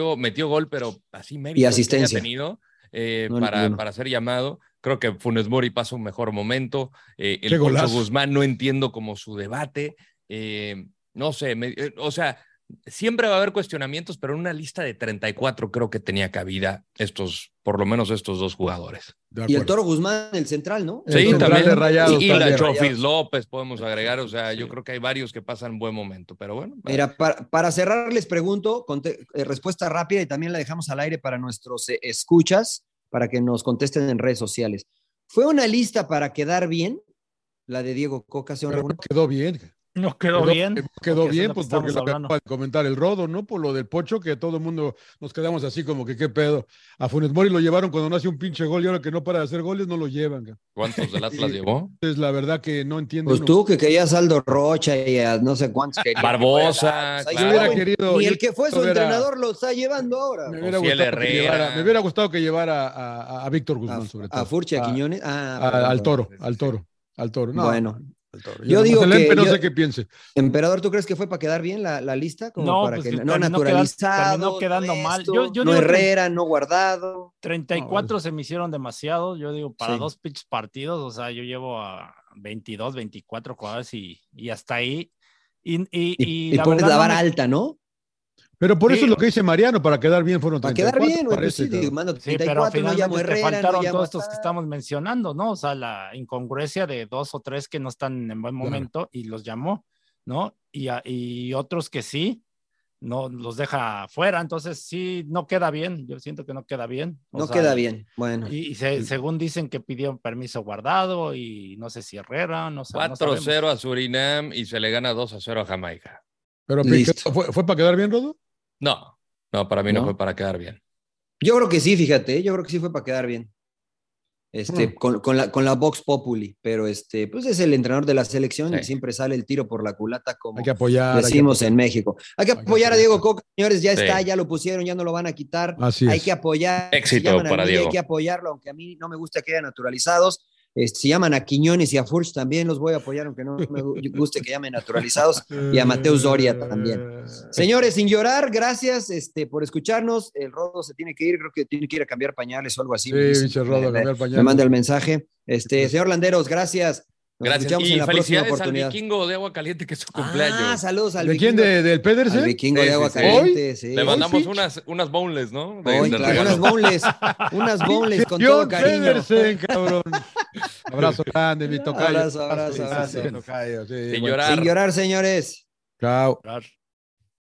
metió, metió gol, pero así mérito Y que asistencia. haya tenido eh, No, para, ninguno. para ser llamado. Creo que Funes Mori pasa un mejor momento. Eh, el Qué Pocho golazo. Guzmán no entiendo como su debate. Eh, no sé, me, eh, o sea, siempre va a haber cuestionamientos, pero en una lista de treinta y cuatro creo que tenía cabida estos, por lo menos estos dos jugadores. De Y el acuerdo. Toro Guzmán, el central, ¿no? El Sí, central también. de Rayados y y la también. Chofis López podemos agregar. O sea, yo creo que hay varios que pasan buen momento, pero bueno. Mira, para, para cerrar les pregunto, conte- eh, respuesta rápida y también la dejamos al aire para nuestros eh, escuchas, para que nos contesten en redes sociales. ¿Fue una lista para quedar bien la de Diego Coca, señor Pero no Laguna? quedó bien. No quedó, bien. No quedó porque eso es bien, lo que pues porque estamos lo hablando. acaba de comentar el Rodo, ¿no? Por lo del Pocho, que todo el mundo nos quedamos así como que qué pedo. A Funes Mori lo llevaron cuando no hace un pinche gol y ahora que no para de hacer goles no lo llevan. Cara. ¿Cuántos del Atlas llevó? Es la verdad que no entiendo. Pues uno. tú que querías a Aldo Rocha y a no sé cuántos querías. Barbosa, Pues ahí claro. está, Yo hubiera güey. querido- Ni yo el que fue su hubiera- entrenador lo está llevando ahora. Me hubiera, Ociel gustado que Herrera. llevara, me hubiera gustado que llevara a, a, a Víctor A, Guzmán, sobre todo. a Furchi, a A- Quiñones. Ah, a- perdón, al perdón. toro, al toro, al toro. No, Bueno. al toro. Yo nomás digo el que Empe no yo- sé qué piense. Emperador, ¿tú crees que fue para quedar bien la, la lista? Como No, para pues que que no terminó naturalizado, quedando- terminó quedando no mal. esto, Yo- yo no digo que- Herrera, no Guardado. treinta y cuatro se me hicieron demasiado. Yo digo, para Sí. dos pitch partidos, o sea, yo llevo a veintidós, veinticuatro jugadores y, y hasta ahí. Y, y, Y, y y la pones verdad la no vara me- alta, ¿no? Pero por Sí. eso es lo que dice Mariano, para quedar bien fueron Para treinta y quedar cuatro, bien, güey, pues parece, sí, digo, cabrón. mando Sí, treinta y pero cuatro, no llamo finalmente te Herrera, no faltaron llamo todos a estos que tal. estamos mencionando, ¿no? O sea, la incongruencia de dos o tres que no están en buen Claro. momento y los llamó, ¿no? Y, a- y otros que sí, no los deja fuera. Entonces, sí, no queda bien. Yo siento que no queda bien. O No sea, queda y- bien. Bueno, Y, y se- El- según dicen que pidió permiso Guardado y no sé si Herrera, no, sa- no cuatro sabemos. cero a Surinam y se le gana dos a cero a Jamaica. Pero Listo. ¿fue, ¿fue para quedar bien, Rodo? No, no, para mí no, ¿No? fue para quedar bien. yo creo que sí, fíjate, ¿eh? yo creo que sí fue para quedar bien. Este, Mm. con, con la, con la Vox Populi, pero este, pues es el entrenador de la selección Sí. y siempre sale el tiro por la culata, como Hay que apoyar. hay que decimos apoyar. en México. Hay que Hay que apoyar a apoyar. Diego Coca, señores, ya Sí. está, ya lo pusieron, ya no lo van a quitar. Así Hay es. que apoyar. Éxito si llaman al para Niño, Diego. Hay que apoyarlo, aunque a mí no me gusta que haya naturalizados. Este, si llaman a Quiñones y a Furch también los voy a apoyar, aunque no me gu- guste que llamen naturalizados. Y a Mateus Doria también. Eh, Señores, sin llorar, gracias este, por escucharnos. El Rodo se tiene que ir, creo que tiene que ir a cambiar pañales o algo así. Sí, me dicen. pinche Rodo, Me- a cambiar me, pañales. me manda el mensaje. Este, Pues. señor Landeros, gracias. Nos Gracias. escuchamos Y en la próxima felicidades al oportunidad. vikingo de Agua Caliente, que es su Ah, cumpleaños. saludos al ¿De vikingo, quién? ¿De, ¿Del al Pedersen? vikingo Sí, de agua sí, sí. caliente. Sí. Le mandamos Hoy, unas, unas boneless, ¿no? De- Hoy, de claro, regalo. unas boneless, unas boneless con todo John cariño. Pedersen, cabrón. Abrazo grande, mi tocayo. Abrazo, abrazo, grande, abrazo. tocayo, sí, Sin bueno. llorar. Sin llorar, señores. Chao. Claro.